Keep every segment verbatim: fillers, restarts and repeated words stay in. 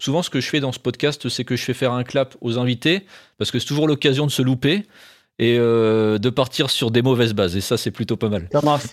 Souvent, ce que je fais dans ce podcast, c'est que je fais faire un clap aux invités, parce que c'est toujours l'occasion de se louper et euh, de partir sur des mauvaises bases. Et ça, c'est plutôt pas mal. Ça marche.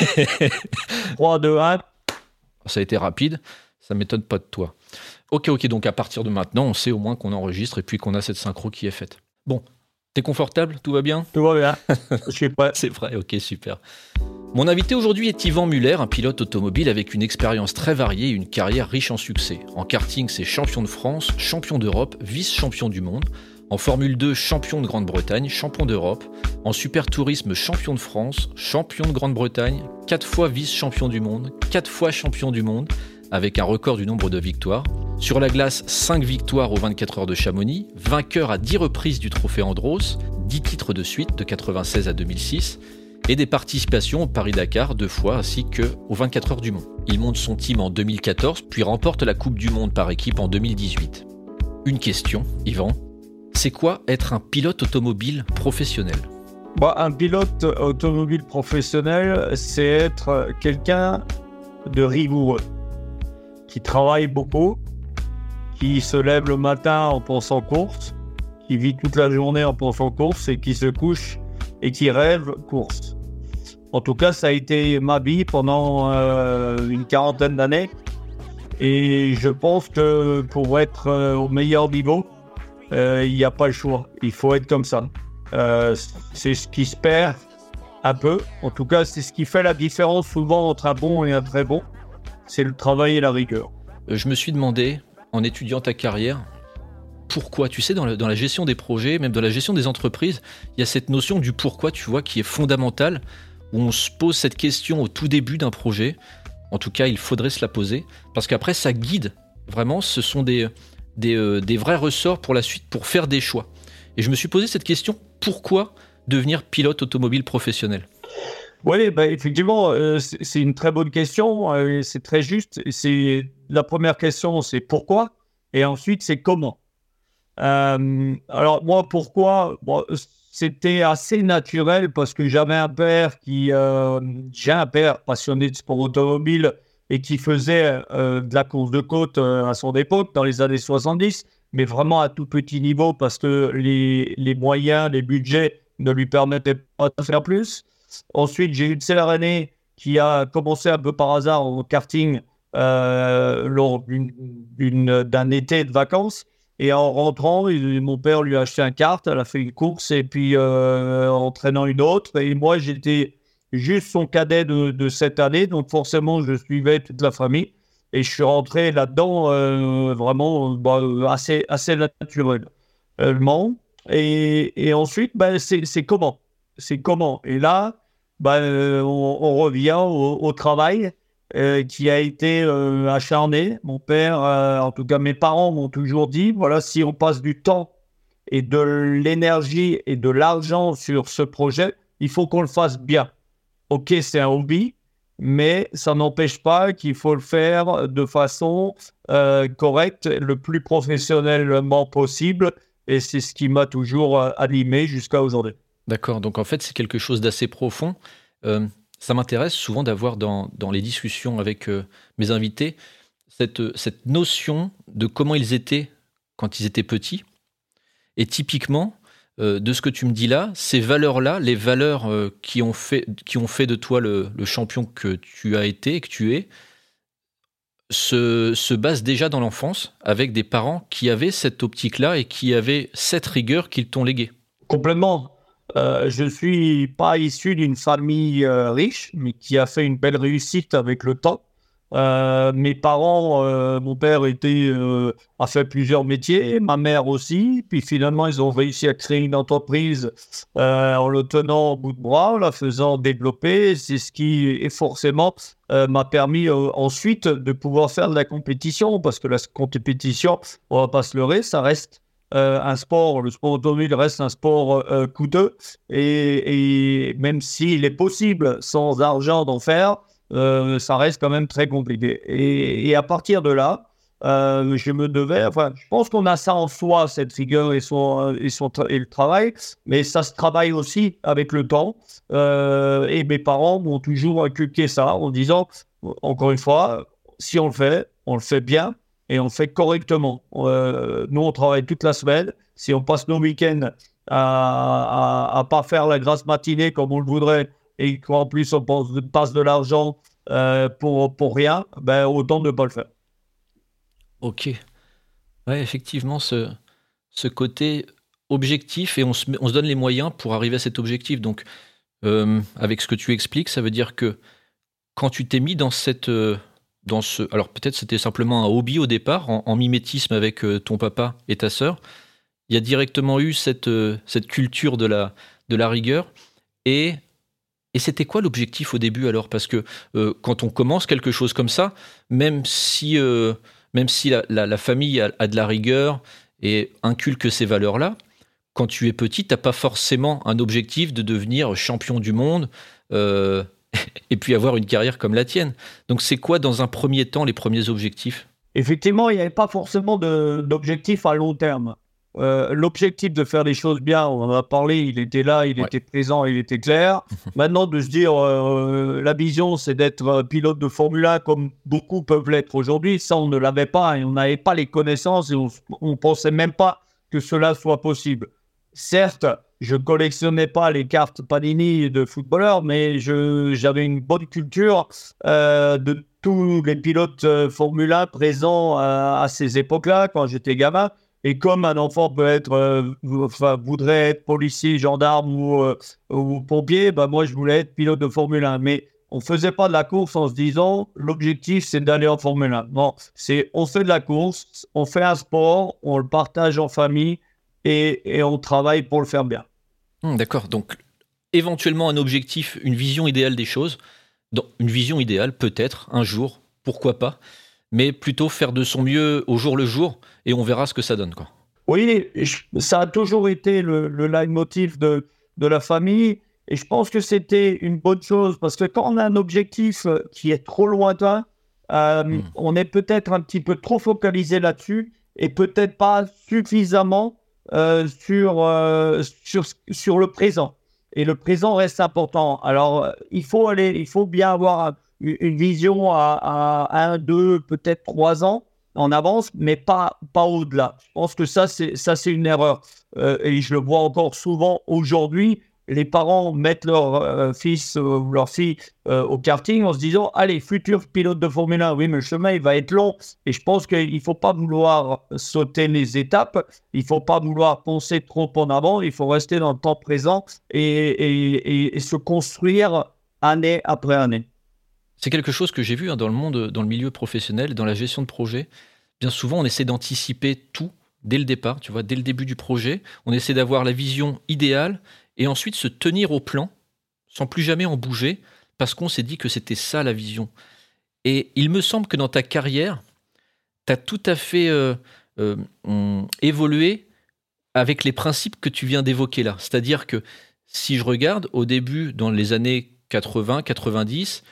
trois, deux, un. Ça a été rapide, ça m'étonne pas de toi. Ok, ok, donc à partir de maintenant, on sait au moins qu'on enregistre et puis qu'on a cette synchro qui est faite. Bon, t'es confortable? Tout va bien? Tout va bien. Je suis prêt. C'est vrai, ok, super. Mon invité aujourd'hui est Yvan Muller, un pilote automobile avec une expérience très variée et une carrière riche en succès. En karting, c'est champion de France, champion d'Europe, vice-champion du monde. En Formule deux, champion de Grande-Bretagne, champion d'Europe. En super tourisme, champion de France, champion de Grande-Bretagne, quatre fois vice-champion du monde, quatre fois champion du monde, avec un record du nombre de victoires. Sur la glace, cinq victoires aux vingt-quatre heures de Chamonix, vainqueur à dix reprises du trophée Andros, dix titres de suite de quatre-vingt-seize à deux mille six, et des participations au Paris-Dakar deux fois ainsi qu'aux vingt-quatre heures du Mans. Il monte son team en deux mille quatorze, puis remporte la Coupe du Monde par équipe en deux mille dix-huit. Une question, Yvan, c'est quoi être un pilote automobile professionnel? Bon, un pilote automobile professionnel, c'est être quelqu'un de rigoureux, qui travaille beaucoup, qui se lève le matin en pensant course, qui vit toute la journée en pensant course et qui se couche et qui rêve course. En tout cas, ça a été ma vie pendant euh, une quarantaine d'années. Et je pense que pour être euh, au meilleur niveau, il euh, n'y a pas le choix. Il faut être comme ça. Euh, c'est ce qui se perd un peu. En tout cas, c'est ce qui fait la différence souvent entre un bon et un très bon. C'est le travail et la rigueur. Je me suis demandé, en étudiant ta carrière, pourquoi, tu sais, dans la, dans la gestion des projets, même dans la gestion des entreprises, il y a cette notion du pourquoi, tu vois, qui est fondamentale, où on se pose cette question au tout début d'un projet. En tout cas, il faudrait se la poser, parce qu'après, ça guide. Vraiment, ce sont des, des, euh, des vrais ressorts pour la suite, pour faire des choix. Et je me suis posé cette question, pourquoi devenir pilote automobile professionnel ? Oui, bah, effectivement, euh, c'est, c'est une très bonne question, euh, c'est très juste. C'est, la première question, c'est pourquoi, et ensuite, c'est comment. Euh, alors moi, pourquoi bon, c'était assez naturel parce que j'avais un père qui, euh, j'ai un père passionné de sport automobile et qui faisait euh, de la course de côte euh, à son époque, dans les années soixante-dix, mais vraiment à tout petit niveau parce que les, les moyens, les budgets ne lui permettaient pas de faire plus. Ensuite, j'ai eu une sœur aînée qui a commencé un peu par hasard au karting euh, lors d'une, d'une, d'un été de vacances. Et en rentrant, il, mon père lui a acheté un kart, elle a fait une course et puis euh, entraînant une autre. Et moi, j'étais juste son cadet de, de cette année, donc forcément, je suivais toute la famille. Et je suis rentré là-dedans euh, vraiment bah, assez, assez naturellement. Et, et ensuite, bah, c'est, c'est comment C'est comment Et là, bah, euh, on, on revient au, au travail. Euh, qui a été euh, acharné. Mon père, euh, en tout cas mes parents m'ont toujours dit, voilà, si on passe du temps et de l'énergie et de l'argent sur ce projet, il faut qu'on le fasse bien. Ok, c'est un hobby, mais ça n'empêche pas qu'il faut le faire de façon euh, correcte, le plus professionnellement possible, et c'est ce qui m'a toujours euh, animé jusqu'à aujourd'hui. D'accord, donc en fait c'est quelque chose d'assez profond. Euh... Ça m'intéresse souvent d'avoir dans, dans les discussions avec euh, mes invités cette, cette notion de comment ils étaient quand ils étaient petits. Et typiquement, euh, de ce que tu me dis là, ces valeurs-là, les valeurs euh, qui, ont fait, qui ont fait de toi le, le champion que tu as été et que tu es, se, se basent déjà dans l'enfance avec des parents qui avaient cette optique-là et qui avaient cette rigueur qu'ils t'ont léguée. Complètement. Euh, je ne suis pas issu d'une famille euh, riche, mais qui a fait une belle réussite avec le temps. Euh, mes parents, euh, mon père était, euh, a fait plusieurs métiers, ma mère aussi. Puis finalement, ils ont réussi à créer une entreprise euh, en le tenant au bout de bras, en la faisant développer. C'est ce qui, forcément, euh, m'a permis euh, ensuite de pouvoir faire de la compétition, parce que la compétition, on ne va pas se leurrer, ça reste Euh, un sport, le sport automobile reste un sport euh, coûteux et, et même s'il est possible sans argent d'en faire, euh, ça reste quand même très compliqué. Et, et à partir de là, euh, je me devais, enfin, je pense qu'on a ça en soi, cette rigueur et, son, et, son, et le travail, mais ça se travaille aussi avec le temps. Euh, et mes parents m'ont toujours inculqué ça en disant, encore une fois, si on le fait, on le fait bien. et on fait correctement. Euh, nous, on travaille toute la semaine. Si on passe nos week-ends à ne pas faire la grasse matinée comme on le voudrait et qu'en plus on passe, passe de l'argent euh, pour, pour rien, ben, autant ne pas le faire. Ok. Ouais, effectivement, ce, ce côté objectif et on se, met- on se donne les moyens pour arriver à cet objectif. Donc, euh, avec ce que tu expliques, ça veut dire que quand tu t'es mis dans cette, euh, dans ce, alors peut-être c'était simplement un hobby au départ, en, en mimétisme avec euh, ton papa et ta sœur, il y a directement eu cette, euh, cette culture de la, de la rigueur. Et, et c'était quoi l'objectif au début alors? Parce que euh, quand on commence quelque chose comme ça, même si, euh, même si la, la- la famille a, a de la rigueur et inculque ces valeurs-là, quand tu es petit, t'as pas forcément un objectif de devenir champion du monde euh, et puis avoir une carrière comme la tienne. Donc c'est quoi dans un premier temps les premiers objectifs? Effectivement, il n'y avait pas forcément de- d'objectif à long terme. Euh, l'objectif de faire les choses bien, on en a parlé, il était là, il Ouais. était présent, il était clair. Maintenant, de se dire, euh, la vision, c'est d'être euh, pilote de Formule un comme beaucoup peuvent l'être aujourd'hui, ça, on ne l'avait pas et on n'avait pas les connaissances et on ne pensait même pas que cela soit possible. Certes, je collectionnais pas les cartes Panini de footballeurs, mais je, j'avais une bonne culture euh, de tous les pilotes euh, Formule un présents euh, à ces époques-là, quand j'étais gamin. Et comme un enfant peut être, euh, vou- enfin, voudrait être policier, gendarme ou, euh, ou pompier, bah moi je voulais être pilote de Formule un. Mais on faisait pas de la course en se disant l'objectif c'est d'aller en Formule un. Non, c'est on fait de la course, on fait un sport, on le partage en famille et, et on travaille pour le faire bien. Hmm, d'accord. Donc éventuellement un objectif, une vision idéale des choses. Dans une vision idéale, peut-être, un jour, pourquoi pas, mais plutôt faire de son mieux au jour le jour et on verra ce que ça donne, quoi. Oui, je- ça a toujours été le, le leitmotiv de, de la famille et je pense que c'était une bonne chose parce que quand on a un objectif euh, qui est trop lointain, euh, Hmm. on est peut-être un petit peu trop focalisé là-dessus et peut-être pas suffisamment euh, sur, euh, sur, sur le présent. Et le présent reste important. Alors, euh, il faut aller, il faut bien avoir un- une vision à, à un, deux, peut-être trois ans en avance, mais pas, pas au-delà. Je pense que ça, c'est, ça, c'est une erreur. Euh, et je le vois encore souvent aujourd'hui. Les parents mettent leur euh, fils euh, ou leur fille euh, au karting en se disant allez, futur pilote de Formule un. Oui, mais le chemin, il va être long. Et je pense qu'il ne faut pas vouloir sauter les étapes. Il ne faut pas vouloir penser trop en avant. Il faut rester dans le temps présent et, et, et, et se construire année après année. C'est quelque chose que j'ai vu hein, dans le monde, dans le milieu professionnel, dans la gestion de projet. Bien souvent, on essaie d'anticiper tout dès le départ, tu vois, dès le début du projet. On essaie d'avoir la vision idéale et ensuite se tenir au plan sans plus jamais en bouger parce qu'on s'est dit que c'était ça la vision. Et il me semble que dans ta carrière, tu as tout à fait euh, euh, hum, évolué avec les principes que tu viens d'évoquer là. C'est-à-dire que si je regarde, au début, dans les années quatre-vingts quatre-vingt-dix,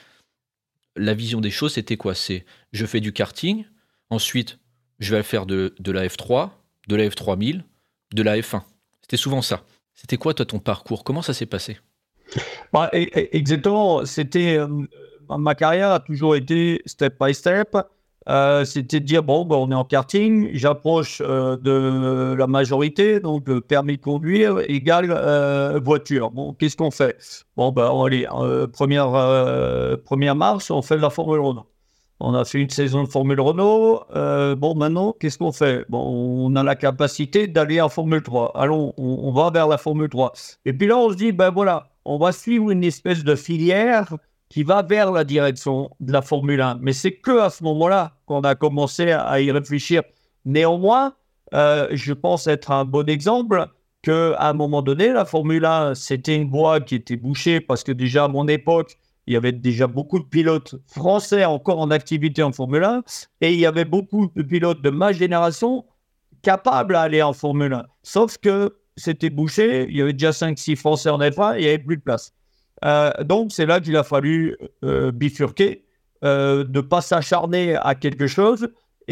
la vision des choses, c'était quoi? C'est je fais du karting, ensuite je vais faire de, de la F trois, de la F trois mille, de la F un. C'était souvent ça. C'était quoi, toi, ton parcours? Comment ça s'est passé? Bah, e- e- exactement. C'était euh, ma ma carrière a toujours été step by step. Euh, c'était de dire bon, bah, on est en karting, j'approche euh, de la majorité, donc le permis de conduire égale euh, voiture. Bon, qu'est-ce qu'on fait? Bon, ben allez, euh, première euh, première marche, on fait de la Formule Renault. On a fait une saison de Formule Renault. Euh, bon, maintenant, qu'est-ce qu'on fait? Bon, on a la capacité d'aller en Formule trois. Allons, on, on va vers la Formule trois. Et puis là, on se dit, ben voilà, on va suivre une espèce de filière qui va vers la direction de la Formule un. Mais c'est que à ce moment-là qu'on a commencé à y réfléchir. Néanmoins, euh, je pense être un bon exemple qu'à un moment donné, la Formule un, c'était une voie qui était bouchée parce que déjà à mon époque, il y avait déjà beaucoup de pilotes français encore en activité en Formule un et il y avait beaucoup de pilotes de ma génération capables à aller en Formule un. Sauf que c'était bouché, il y avait déjà cinq six Français en F un et il n'y avait plus de place. Euh, donc, c'est là qu'il a fallu euh, bifurquer, euh, de ne pas s'acharner à quelque chose.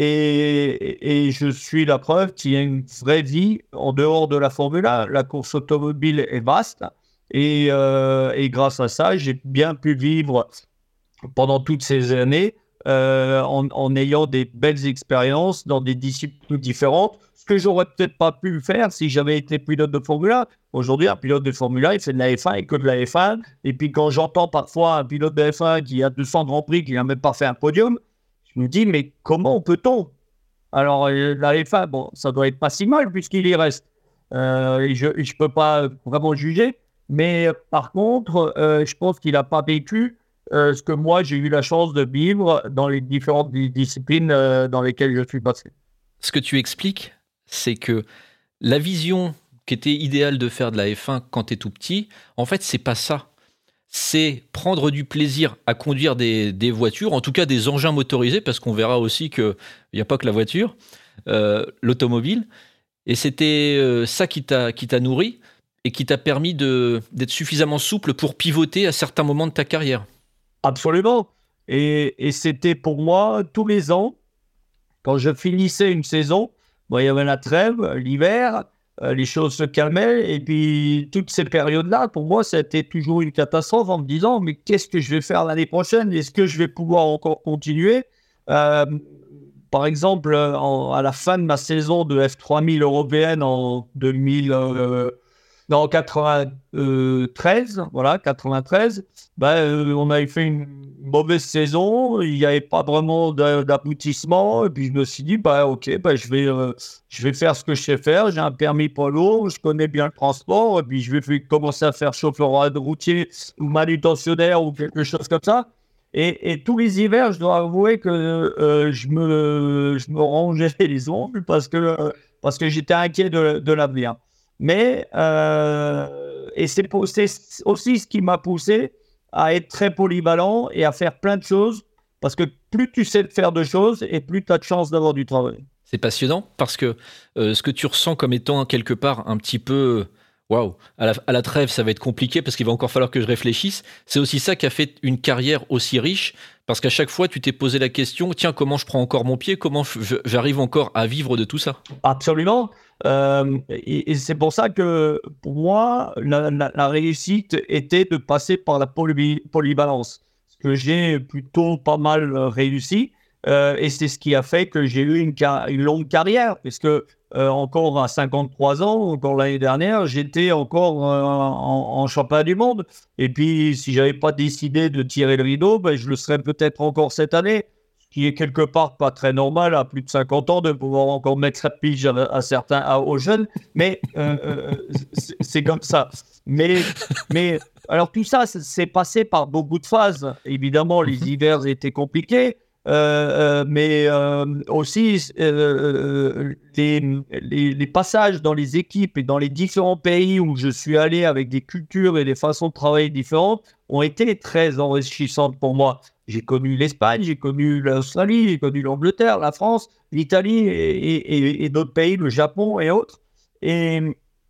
Et, et je suis la preuve qu'il y a une vraie vie en dehors de la Formule un. La course automobile est vaste. Et, euh, et grâce à ça, j'ai bien pu vivre pendant toutes ces années euh, en, en ayant des belles expériences dans des disciplines différentes, ce que j'aurais peut-être pas pu faire si j'avais été pilote de Formule un. Aujourd'hui, un pilote de Formule un, il fait de la F un et que de la F un. Et puis quand j'entends parfois un pilote de F un qui a deux cents Grands Prix, qui n'a même pas fait un podium, je me dis, mais comment peut-on? Alors, euh, la F un, bon, ça doit être pas si mal puisqu'il y reste. Euh, et je ne peux pas vraiment juger. Mais euh, par contre, euh, je pense qu'il n'a pas vécu euh, ce que moi, j'ai eu la chance de vivre dans les différentes di- disciplines euh, dans lesquelles je suis passé. Ce que tu expliques, c'est que la vision qui était idéale de faire de la F un quand tu es tout petit, en fait, c'est pas ça. C'est prendre du plaisir à conduire des, des voitures, en tout cas des engins motorisés, parce qu'on verra aussi qu'il n'y a pas que la voiture, euh, l'automobile. Et c'était euh, ça qui t'a, qui t'a nourri et qui t'a permis de, d'être suffisamment souple pour pivoter à certains moments de ta carrière. Absolument. Et, et c'était pour moi, tous les ans, quand je finissais une saison, bon, il y avait la trêve, l'hiver, euh, les choses se calmaient. Et puis, toutes ces périodes-là, pour moi, c'était toujours une catastrophe en me disant, mais qu'est-ce que je vais faire l'année prochaine? Est-ce que je vais pouvoir encore continuer? Euh, Par exemple, en- à la fin de ma saison de F trois mille européenne en deux mille, euh, non, quatre-vingt-treize, voilà, quatre-vingt-treize, ben, euh, on avait fait une mauvaise saison, il n'y avait pas vraiment d'a- d'aboutissement, et puis je me suis dit, bah, ok, bah, je vais, euh, je vais faire ce que je sais faire, j'ai un permis poids lourd, je connais bien le transport, et puis je vais faire- commencer à faire chauffeur routier ou manutentionnaire ou quelque chose comme ça. Et, et tous les hivers, je dois avouer que euh, je, me, je me rongeais les ongles parce que, euh, parce que j'étais inquiet de, de l'avenir. Mais, euh, et c'est, pour- c'est aussi ce qui m'a poussé à être très polyvalent et à faire plein de choses, parce que plus tu sais faire de choses et plus tu as de chances d'avoir du travail. C'est passionnant parce que euh, ce que tu ressens comme étant quelque part un petit peu waouh, à la, à la trêve, ça va être compliqué parce qu'il va encore falloir que je réfléchisse. C'est aussi ça qui a fait une carrière aussi riche parce qu'à chaque fois, tu t'es posé la question tiens, comment je prends encore mon pied? Comment je- j'arrive encore à vivre de tout ça? Absolument. Euh, et, et c'est pour ça que pour moi, la, la- la réussite était de passer par la poly- polyvalence, ce que j'ai plutôt pas mal euh, réussi. Euh, et c'est ce qui a fait que j'ai eu une, car- une longue carrière, puisque euh, encore à cinquante-trois ans, encore l'année dernière, j'étais encore euh, en, en championnat du monde. Et puis, si j'avais pas décidé de tirer le rideau, ben, je le serais peut-être encore cette année, qui est quelque part pas très normal à plus de cinquante ans de pouvoir encore mettre la pige à, à certains, à- aux jeunes, mais euh, euh, c'est c'est comme ça. Mais, mais alors tout ça, c'est c'est passé par beaucoup de phases. Évidemment, les hivers étaient compliqués, euh, euh, mais euh, aussi euh, euh, les, les, les passages dans les équipes et dans les différents pays où je suis allé avec des cultures et des façons de travailler différentes ont été très enrichissantes pour moi. J'ai connu l'Espagne, j'ai connu l'Australie, j'ai connu l'Angleterre, la France, l'Italie et, et- et d'autres pays, le Japon et autres. Et,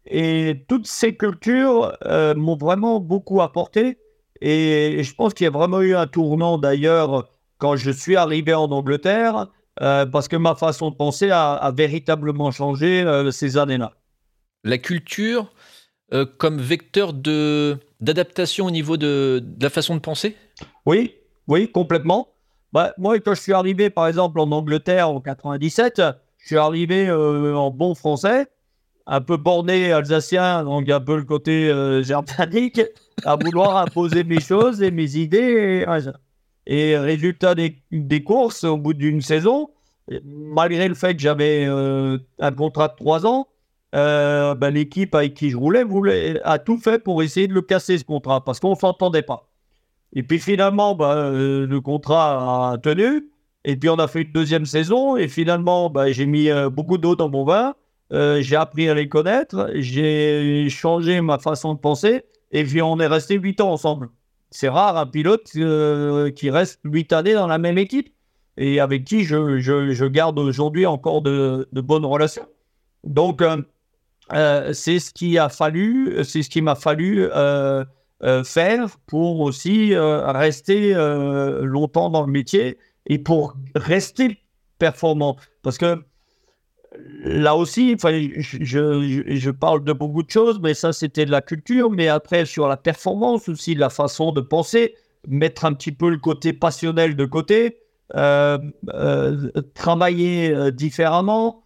et toutes ces cultures euh, m'ont vraiment beaucoup apporté. Et, et je pense qu'il y a vraiment eu un tournant d'ailleurs quand je suis arrivé en Angleterre, euh, parce que ma façon de penser a, a véritablement changé euh, ces années-là. La culture euh, comme vecteur de, d'adaptation au niveau de, de la façon de penser? Oui, oui, complètement. Bah, moi, quand je suis arrivé, par exemple, en Angleterre en quatre-vingt-dix-sept, je suis arrivé euh, en bon français, un peu borné alsacien, donc un peu le côté euh, germanique, à vouloir imposer mes choses et mes idées. Et, et résultat des, des courses, au bout d'une saison, malgré le fait que j'avais euh, un contrat de trois ans, euh, ben, l'équipe avec qui je roulais voulait, a tout fait pour essayer de le casser, ce contrat, parce qu'on ne s'entendait pas. Et puis finalement, bah, euh, le contrat a tenu. Et puis on a fait une deuxième saison. Et finalement, bah, j'ai mis euh, beaucoup d'eau dans mon vin. Euh, j'ai appris à les connaître. J'ai changé ma façon de penser. Et puis on est resté huit ans ensemble. C'est rare un pilote euh, qui reste huit années dans la même équipe et avec qui je, je, je garde aujourd'hui encore de, de bonnes relations. Donc, euh, euh, c'est ce qui a fallu, c'est ce qui m'a fallu euh, euh, faire pour aussi euh, rester euh, longtemps dans le métier et pour rester performant. Parce que là aussi, je, je, je parle de beaucoup de choses, mais ça c'était de la culture, mais après sur la performance aussi, la façon de penser, mettre un petit peu le côté passionnel de côté. euh, euh, travailler euh, différemment.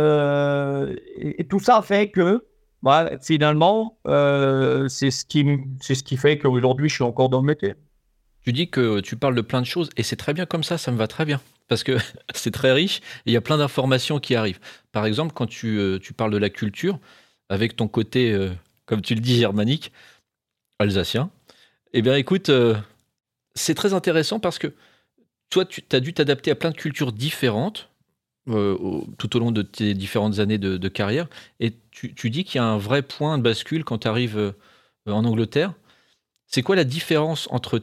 Euh, et, et tout ça fait que, bah, finalement, euh, c'est ce qui, m- c'est ce qui fait qu'aujourd'hui, je suis encore dans le métier. Tu dis que tu parles de plein de choses et c'est très bien comme ça, ça me va très bien. Parce que c'est très riche et il y a plein d'informations qui arrivent. Par exemple, quand tu, euh, tu parles de la culture, avec ton côté, euh, comme tu le dis, germanique, alsacien, eh bien écoute, euh, c'est très intéressant parce que toi, tu as dû t'adapter à plein de cultures différentes euh, au- tout au long de tes différentes années de, de carrière. Et tu, tu dis qu'il y a un vrai point de bascule quand tu arrives euh, en Angleterre. C'est quoi la différence entre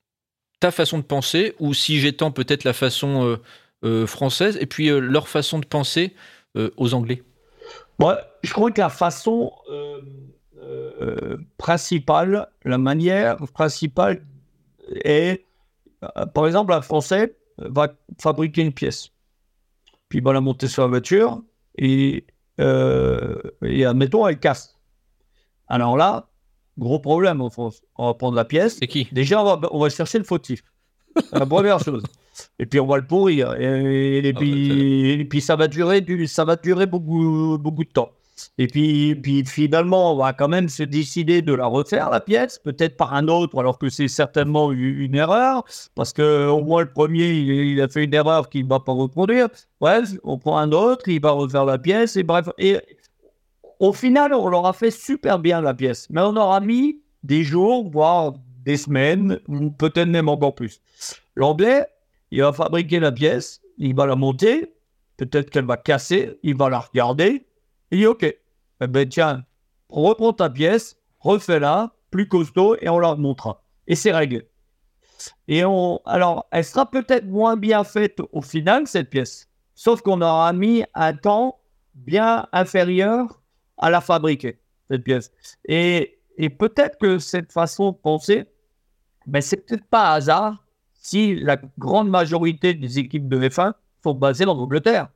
ta façon de penser, ou si j'étends peut-être la façon euh, euh, française, et puis euh, leur façon de penser euh, aux Anglais? Moi, je crois que la façon euh, euh, principale, la manière principale est, euh, par exemple, un Français va fabriquer une pièce, puis il va la monter sur la voiture, et, euh, et admettons, elle casse. Alors là, gros problème en France. On va prendre la pièce. C'est qui? Déjà, on va, on va chercher le fautif. La première chose. Et puis on va le pourrir. Et, et Ah ouais, c'est- puis, et puis ça va durer, du, ça va durer beaucoup, beaucoup de temps. Et puis, puis finalement, on va quand même se décider de la refaire, la pièce, peut-être par un autre, alors que c'est certainement u- une erreur, parce que au moins le premier, il, il a fait une erreur qu'il ne va pas reproduire. Bref, on prend un autre, il va refaire la pièce, et bref. Et au final, on leur a fait super bien la pièce, mais on aura mis des jours, voire des semaines, ou peut-être même encore plus. L'anglais, il va fabriquer la pièce, il va la monter, peut-être qu'elle va casser, il va la regarder, il dit OK, eh ben tiens, reprends ta pièce, refais-la, plus costaud, et on la remontera. Et c'est réglé. Et on, alors, elle sera peut-être moins bien faite au final, cette pièce, sauf qu'on aura mis un temps bien inférieur à la fabriquer, cette pièce. Et, et peut-être que cette façon de penser, ben, c'est peut-être pas hasard si la grande majorité des équipes de F un sont basées en Angleterre.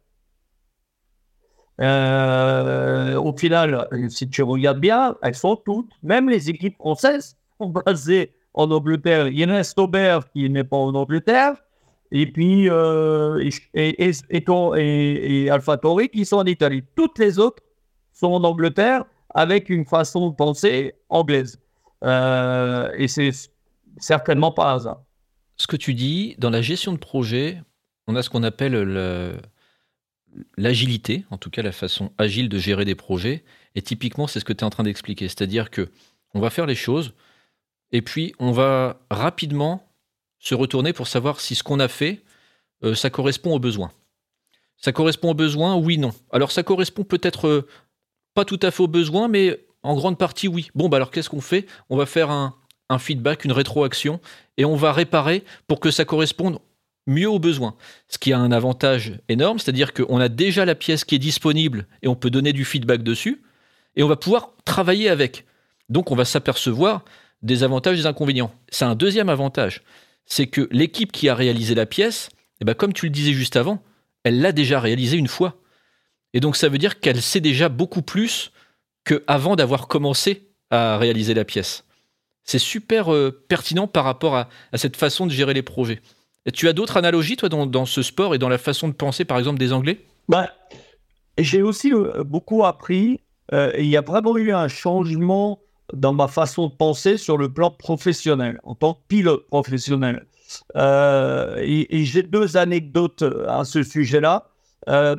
Euh, au final, si tu regardes bien, elles sont toutes, même les équipes françaises, sont basées en Angleterre. Il y en a Stauber qui n'est pas en Angleterre, et puis euh, et, et, et, et, et, et AlphaTauri qui sont en Italie. Toutes les autres sont en Angleterre avec une façon de penser anglaise. Euh, et c'est certainement pas hasard. Ce que tu dis, dans la gestion de projet, on a ce qu'on appelle le- l'agilité, en tout cas la façon agile de gérer des projets. Et typiquement, c'est ce que tu es en train d'expliquer. C'est-à-dire que on va faire les choses et puis on va rapidement se retourner pour savoir si ce qu'on a fait, euh, ça correspond aux besoins. Ça correspond aux besoins, oui, non. Alors ça correspond peut-être euh, pas tout à fait aux besoins, mais en grande partie, oui. Bon, bah alors qu'est-ce qu'on fait? On va faire un, un feedback, une rétroaction, et on va réparer pour que ça corresponde mieux aux besoins. Ce qui a un avantage énorme, c'est-à-dire qu'on a déjà la pièce qui est disponible et on peut donner du feedback dessus, et on va pouvoir travailler avec. Donc on va s'apercevoir des avantages et des inconvénients. C'est un deuxième avantage, c'est que l'équipe qui a réalisé la pièce, eh ben, comme tu le disais juste avant, elle l'a déjà réalisée une fois. Et donc ça veut dire qu'elle sait déjà beaucoup plus qu'avant d'avoir commencé à réaliser la pièce. C'est super euh, pertinent par rapport à, à cette façon de gérer les projets. Et tu as d'autres analogies, toi, dans, dans ce sport et dans la façon de penser, par exemple, des Anglais? Ben, j'ai aussi euh, beaucoup appris, euh, et il y a vraiment eu un changement dans ma façon de penser sur le plan professionnel, en tant que pilote professionnel. Euh, et, et j'ai deux anecdotes à ce sujet-là. Euh,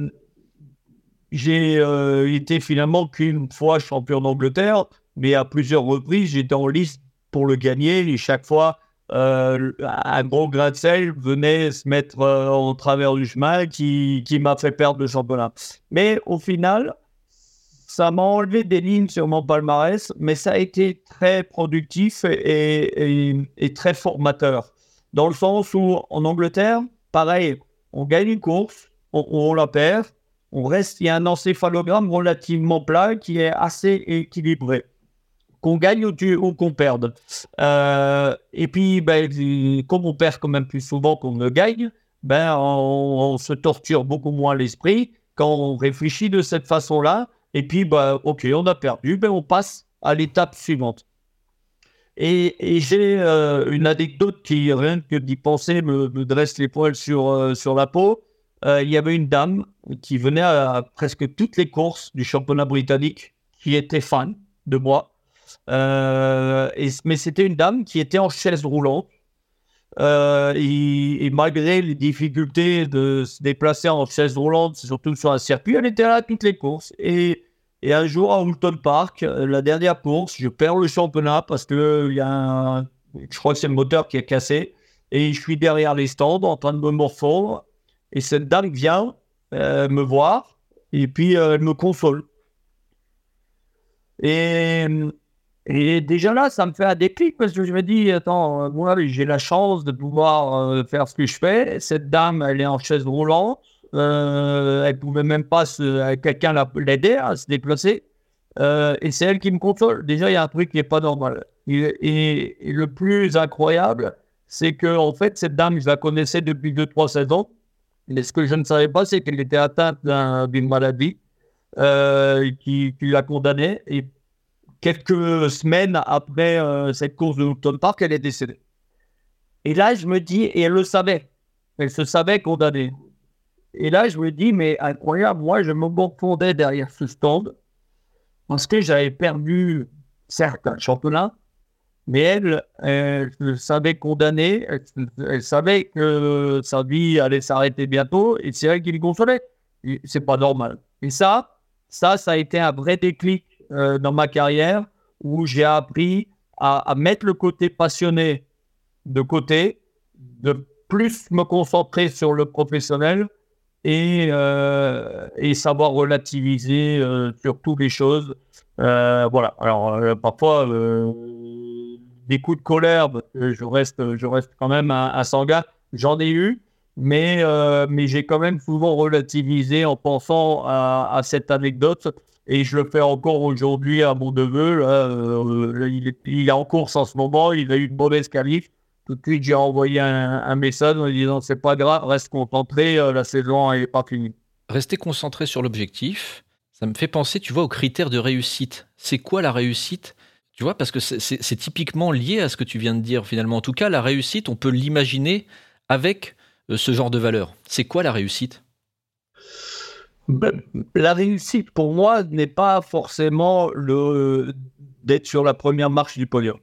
j'ai euh, été finalement qu'une fois champion d'Angleterre, mais à plusieurs reprises, j'étais en liste pour le gagner. Et chaque fois, euh, un gros gratte-ciel venait se mettre euh, en travers du chemin qui, qui m'a fait perdre le championnat. Mais au final, ça m'a enlevé des lignes sur mon palmarès, mais ça a été très productif et, et, et très formateur. Dans le sens où, en Angleterre, pareil, on gagne une course, on, on la perd, on reste, il y a un encéphalogramme relativement plat qui est assez équilibré. Qu'on gagne ou, tu, ou qu'on perde. Euh, et puis, ben, comme on perd quand même plus souvent qu'on ne gagne, ben, on, on se torture beaucoup moins l'esprit quand on réfléchit de cette façon-là. Et puis, ben, ok, on a perdu, ben, on passe à l'étape suivante. Et, et j'ai euh, une anecdote qui, rien que d'y penser, me, me dresse les poils sur, euh, sur la peau. Euh, il y avait une dame qui venait à, à presque toutes les courses du championnat britannique, qui était fan de moi. Euh, et, mais c'était une dame qui était en chaise roulante. Euh, et, et malgré les difficultés de se déplacer en chaise roulante, surtout sur un circuit, elle était là à toutes les courses. Et, et un jour à Oulton Park, la dernière course, je perds le championnat parce que il y a un, je crois que c'est le moteur qui est cassé. Et je suis derrière les stands en train de me morfondre. Et cette dame vient euh, me voir et puis euh, elle me console. Et, et déjà là, ça me fait un déclic parce que je me dis, attends, moi j'ai la chance de pouvoir euh, faire ce que je fais. Cette dame, elle est en chaise roulante. Euh, elle pouvait même pas se, quelqu'un l'aider à se déplacer. Euh, et c'est elle qui me console. Déjà, il y a un truc qui est pas normal. Et, et, et le plus incroyable, c'est que en fait, cette dame, je la connaissais depuis deux trois saisons. Mais ce que je ne savais pas, c'est qu'elle était atteinte d'un, d'une maladie euh, qui, qui l'a condamnée. Et quelques semaines après euh, cette course de Oulton Park, elle est décédée. Et là, je me dis, et elle le savait, elle se savait condamnée. Et là, je me dis, mais incroyable, moi, je me confondais derrière ce stand parce que j'avais perdu, certes, un championnat, mais elle, elle se savait condamnée, elle, elle savait que sa vie allait s'arrêter bientôt, et c'est elle qui le consolait. Et c'est pas normal. Et ça, ça, ça a été un vrai déclic euh, dans ma carrière où j'ai appris à, à mettre le côté passionné de côté, de plus me concentrer sur le professionnel et, euh, et savoir relativiser euh, sur toutes les choses. Euh, voilà. Alors, euh, parfois, euh, des coups de colère, je reste, je reste quand même un, un sanguin. J'en ai eu, mais, euh, mais j'ai quand même souvent relativisé en pensant à, à cette anecdote. Et je le fais encore aujourd'hui à mon neveu. Là, euh, il, est, il est en course en ce moment, il a eu une mauvaise qualif. Tout de suite, j'ai envoyé un, un message en lui disant c'est pas grave, reste concentré, euh, la saison n'est pas finie. Rester concentré sur l'objectif, ça me fait penser, tu vois, aux critères de réussite. C'est quoi la réussite ? Tu vois, parce que c'est, c'est, c'est typiquement lié à ce que tu viens de dire finalement. En tout cas, la réussite, on peut l'imaginer avec euh, ce genre de valeurs. C'est quoi la réussite ? Ben, la réussite, pour moi, n'est pas forcément le, d'être sur la première marche du podium.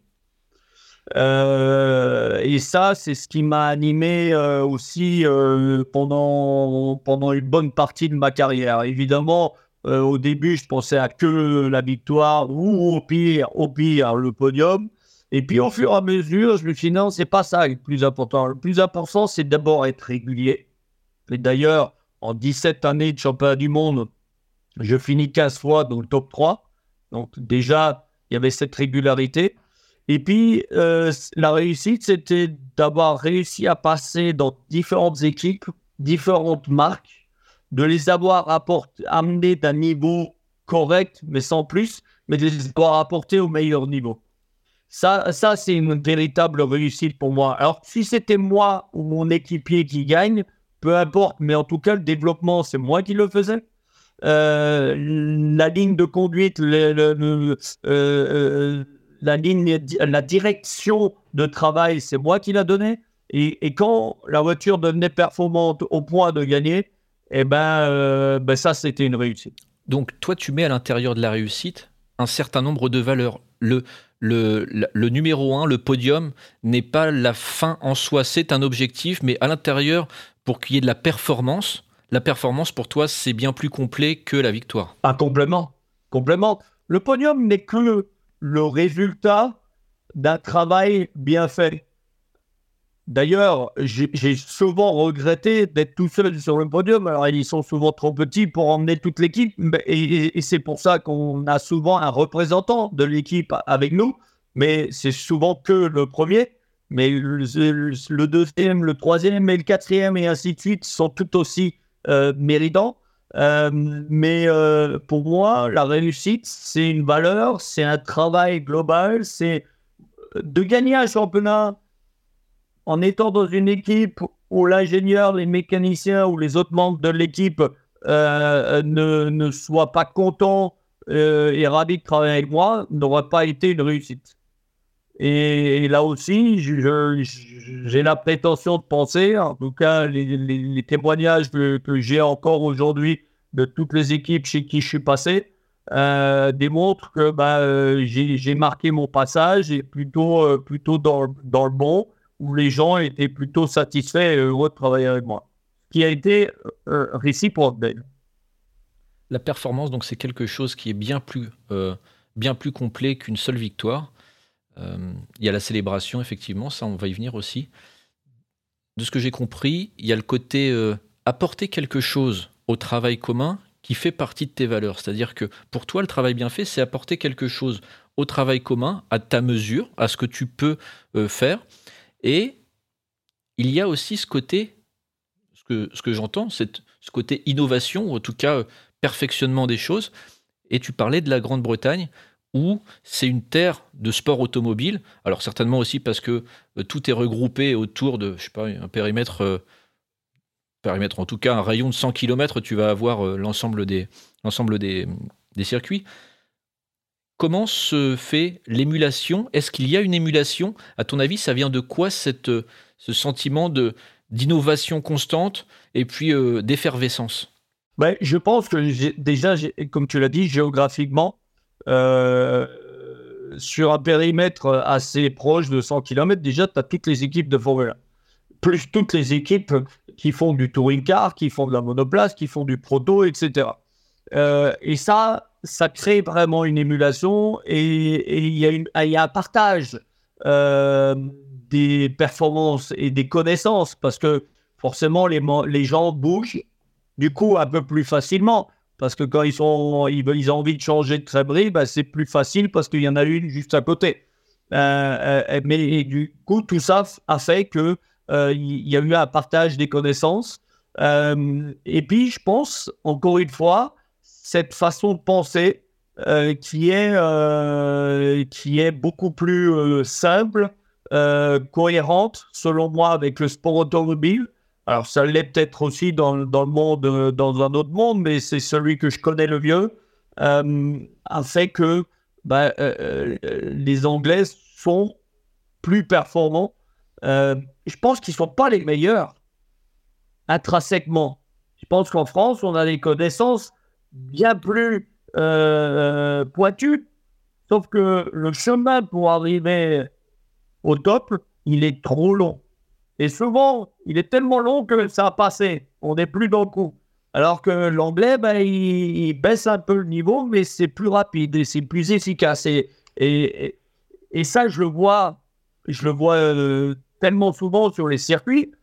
Euh, et ça, c'est ce qui m'a animé euh, aussi euh, pendant, pendant une bonne partie de ma carrière. Évidemment, euh, au début, je pensais à que la victoire ou au pire, au pire, le podium. Et puis, au fur et à mesure, je me suis dit non, c'est pas ça le plus important. Le plus important, c'est d'abord être régulier. Et d'ailleurs, en dix-sept années de championnat du monde, je finis quinze fois dans le top trois. Donc déjà, il y avait cette régularité. Et puis, euh, la réussite, c'était d'avoir réussi à passer dans différentes équipes, différentes marques, de les avoir apporté, amenées d'un niveau correct, mais sans plus, mais de les avoir apportés au meilleur niveau. Ça, ça, c'est une véritable réussite pour moi. Alors, si c'était moi ou mon équipier qui gagne, peu importe, mais en tout cas, le développement, c'est moi qui le faisais. Euh, la ligne de conduite, le, le, le, euh, euh, la ligne, la direction de travail, c'est moi qui la donnais. Et, et quand la voiture devenait performante au point de gagner, eh ben, euh, ben ça, c'était une réussite. Donc, toi, tu mets à l'intérieur de la réussite un certain nombre de valeurs. Le, le, le, le numéro un, le podium, n'est pas la fin en soi, c'est un objectif, mais à l'intérieur, pour qu'il y ait de la performance, la performance, pour toi, c'est bien plus complet que la victoire. Ah, complètement. Complètement. Le podium n'est que le, le résultat d'un travail bien fait. D'ailleurs, j'ai, j'ai souvent regretté d'être tout seul sur le podium. Alors, ils sont souvent trop petits pour emmener toute l'équipe. Et, et, et c'est pour ça qu'on a souvent un représentant de l'équipe avec nous. Mais c'est souvent que le premier. Mais le, le deuxième, le troisième et le quatrième et ainsi de suite sont tout aussi euh, méritants. Euh, mais euh, pour moi, la réussite, c'est une valeur, c'est un travail global, c'est de gagner un championnat en étant dans une équipe où l'ingénieur, les mécaniciens ou les autres membres de l'équipe euh, ne, ne soient pas contents euh, et ravis de travailler avec moi, n'aurait pas été une réussite. Et, et là aussi, je, je, j'ai la prétention de penser, en tout cas, les, les, les témoignages que, que j'ai encore aujourd'hui de toutes les équipes chez qui je suis passé, euh, démontrent que bah, euh, j'ai, j'ai marqué mon passage et plutôt, euh, plutôt dans, dans le bon, où les gens étaient plutôt satisfaits et heureux de travailler avec moi. Qui a été euh, réciproque d'ailleurs. La performance, donc, c'est quelque chose qui est bien plus, euh, bien plus complet qu'une seule victoire. Euh, il y a la célébration, effectivement, ça, on va y venir aussi. De ce que j'ai compris, il y a le côté euh, apporter quelque chose au travail commun qui fait partie de tes valeurs. C'est-à-dire que pour toi, le travail bien fait, c'est apporter quelque chose au travail commun, à ta mesure, à ce que tu peux euh, faire. Et il y a aussi ce côté, ce que, ce que j'entends, c'est ce côté innovation, ou en tout cas euh, perfectionnement des choses. Et tu parlais de la Grande-Bretagne, où c'est une terre de sport automobile. Alors certainement aussi parce que euh, tout est regroupé autour de, je sais pas, un périmètre, euh, périmètre, en tout cas un rayon de cent kilomètres, tu vas avoir euh, l'ensemble, des, l'ensemble des, des circuits. Comment se fait l'émulation ? Est-ce qu'il y a une émulation ? À ton avis, ça vient de quoi cette, ce sentiment de, d'innovation constante et puis euh, d'effervescence ? Ben, je pense que j'ai, déjà, j'ai, comme tu l'as dit, géographiquement, euh, sur un périmètre assez proche de cent kilomètres, déjà, tu as toutes les équipes de Formule un. Plus toutes les équipes qui font du touring car, qui font de la monoplace, qui font du proto, et cetera. Euh, et ça, ça crée vraiment une émulation et il y, y a un partage euh, des performances et des connaissances parce que forcément, les, les gens bougent du coup un peu plus facilement. Parce que quand ils, sont, ils, ils ont envie de changer de crèmerie, ben c'est plus facile parce qu'il y en a une juste à côté. Euh, euh, mais du coup, tout ça a fait que euh, il y a eu un partage des connaissances. Euh, et puis, je pense, encore une fois, cette façon de penser euh, qui, est, euh, qui est beaucoup plus euh, simple, euh, cohérente, selon moi, avec le sport automobile. Alors, ça l'est peut-être aussi dans, dans le monde, euh, dans un autre monde, mais c'est celui que je connais le mieux, euh, a fait que bah, euh, euh, les Anglais sont plus performants. Euh, je pense qu'ils ne sont pas les meilleurs intrinsèquement. Je pense qu'en France, on a des connaissances bien plus euh, pointues, sauf que le chemin pour arriver au top, il est trop long. Et souvent, il est tellement long que ça a passé. On n'est plus dans le coup. Alors que l'anglais, ben, il, il baisse un peu le niveau, mais c'est plus rapide et c'est plus efficace. Et, et, et, et ça, je le vois, je le vois euh, tellement souvent sur les circuits.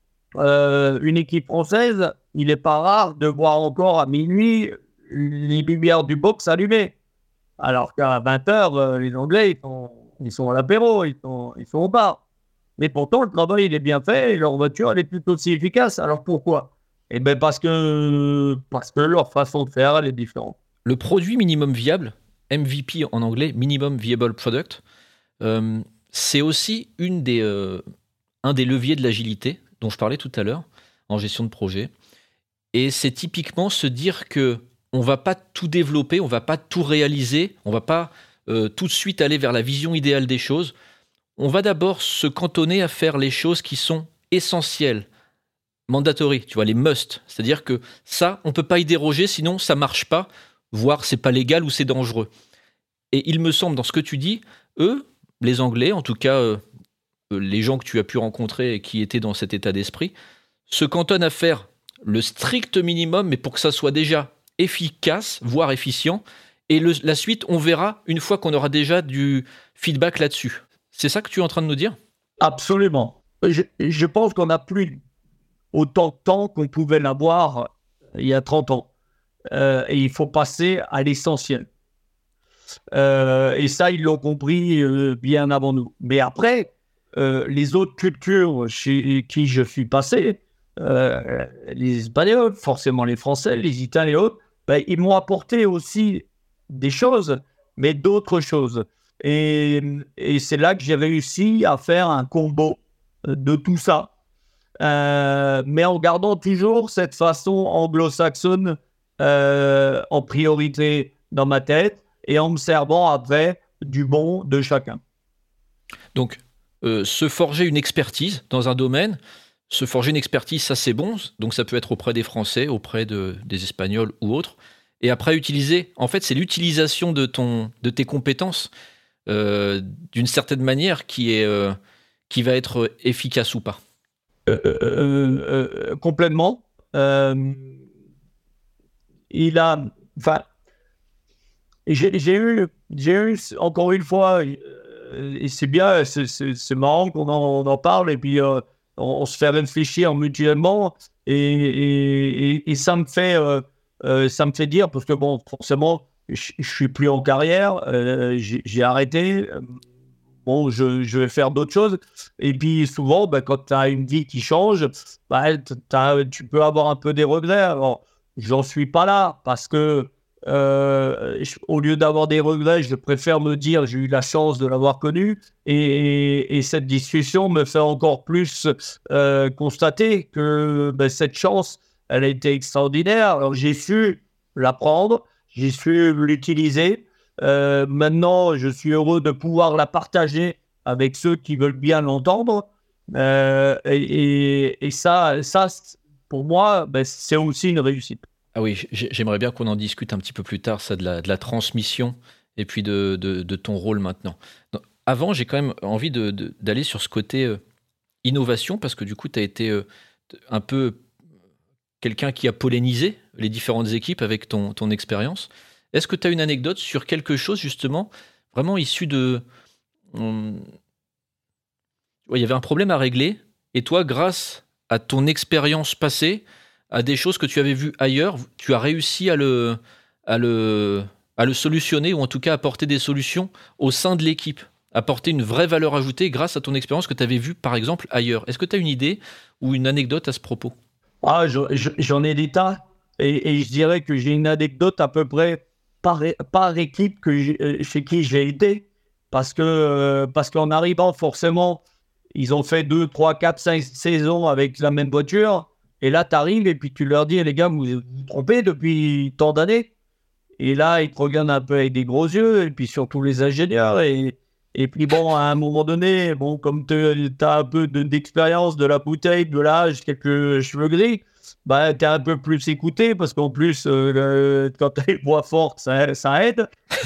Euh, une équipe française, il n'est pas rare de voir encore à minuit les lumières du box allumées. Alors qu'à vingt heures, euh, les Anglais, ils sont, ils sont à l'apéro, ils sont, ils sont au bar. Mais pourtant, le travail, il est bien fait et leur voiture, elle est tout aussi efficace. Alors pourquoi ? Eh bien, parce que, parce que leur façon de faire, elle est différente. Le produit minimum viable, M V P en anglais, Minimum Viable Product, euh, c'est aussi une des, euh, un des leviers de l'agilité dont je parlais tout à l'heure en gestion de projet. Et c'est typiquement se dire que on ne va pas tout développer, on ne va pas tout réaliser, on ne va pas euh, tout de suite aller vers la vision idéale des choses. On va d'abord se cantonner à faire les choses qui sont essentielles, mandatory, tu vois, les must. C'est-à-dire que ça, on ne peut pas y déroger, sinon ça ne marche pas, voire c'est pas légal ou c'est dangereux. Et il me semble, dans ce que tu dis, eux, les Anglais, en tout cas euh, les gens que tu as pu rencontrer et qui étaient dans cet état d'esprit, se cantonnent à faire le strict minimum, mais pour que ça soit déjà efficace, voire efficient. Et le, la suite, on verra une fois qu'on aura déjà du feedback là-dessus. C'est ça que tu es en train de nous dire ? Absolument. Je, je pense qu'on n'a plus autant de temps qu'on pouvait l'avoir il y a trente ans. Euh, et il faut passer à l'essentiel. Euh, et ça, ils l'ont compris euh, bien avant nous. Mais après, euh, les autres cultures chez qui je suis passé, euh, les Espagnols, forcément les Français, les Italiens et autres, ben, ils m'ont apporté aussi des choses, mais d'autres choses. Et, et c'est là que j'ai réussi à faire un combo de tout ça, euh, mais en gardant toujours cette façon anglo-saxonne euh, en priorité dans ma tête et en me servant après du bon de chacun. Donc, euh, se forger une expertise dans un domaine, se forger une expertise, ça c'est bon. Donc, ça peut être auprès des Français, auprès de, des Espagnols ou autres. Et après, utiliser, en fait, c'est l'utilisation de, ton, de tes compétences euh, d'une certaine manière qui, est, euh, qui va être efficace ou pas. Euh, euh, euh, complètement. Euh, il a, enfin, j'ai, j'ai eu, j'ai eu encore une fois, euh, et c'est bien, c'est, c'est, c'est marrant qu'on en, on en parle et puis euh, on, on se fait réfléchir mutuellement et, et, et, et ça me fait, euh, euh, ça me fait dire parce que bon, forcément, je, je suis plus en carrière, euh, j'ai, j'ai arrêté. Bon, je, je vais faire d'autres choses. Et puis, souvent, ben, quand tu as une vie qui change, ben, tu peux avoir un peu des regrets. Alors, j'en suis pas là parce que, euh, je, au lieu d'avoir des regrets, je préfère me dire j'ai eu la chance de l'avoir connu. Et, et, et cette discussion me fait encore plus euh, constater que ben, cette chance, elle a été extraordinaire. Alors, j'ai su la prendre, j'ai su l'utiliser. Euh, maintenant, je suis heureux de pouvoir la partager avec ceux qui veulent bien l'entendre. Euh, et, et, et ça, ça, pour moi, ben, c'est aussi une réussite. Ah oui, j'aimerais bien qu'on en discute un petit peu plus tard, ça, de la, de la transmission et puis de, de, de ton rôle maintenant. Donc, avant, j'ai quand même envie de, de, d'aller sur ce côté euh, innovation, parce que du coup, tu as été euh, un peu quelqu'un qui a pollinisé les différentes équipes avec ton, ton expérience. Est-ce que tu as une anecdote sur quelque chose, justement, vraiment issu de... Hum, ouais, il y avait un problème à régler, et toi, grâce à ton expérience passée, à des choses que tu avais vues ailleurs, tu as réussi à le, à le, à le solutionner, ou en tout cas apporter des solutions au sein de l'équipe, apporter une vraie valeur ajoutée grâce à ton expérience que tu avais vue, par exemple, ailleurs. Est-ce que tu as une idée ou une anecdote à ce propos? Ah, je, je, j'en ai des tas, et, et je dirais que j'ai une anecdote à peu près par, par équipe que j'ai, chez qui j'ai été, parce que euh, parce qu'en arrivant, forcément, ils ont fait deux, trois, quatre, cinq saisons avec la même voiture, et là, tu arrives et puis tu leur dis, les gars, vous vous trompez depuis tant d'années. Et là, ils te regardent un peu avec des gros yeux, et puis surtout les ingénieurs. Et, et puis bon, à un moment donné, bon, comme tu as un peu de, d'expérience de la bouteille, de l'âge, quelques cheveux gris, bah, tu es un peu plus écouté, parce qu'en plus, euh, le, quand tu as les voix fortes, ça, ça aide.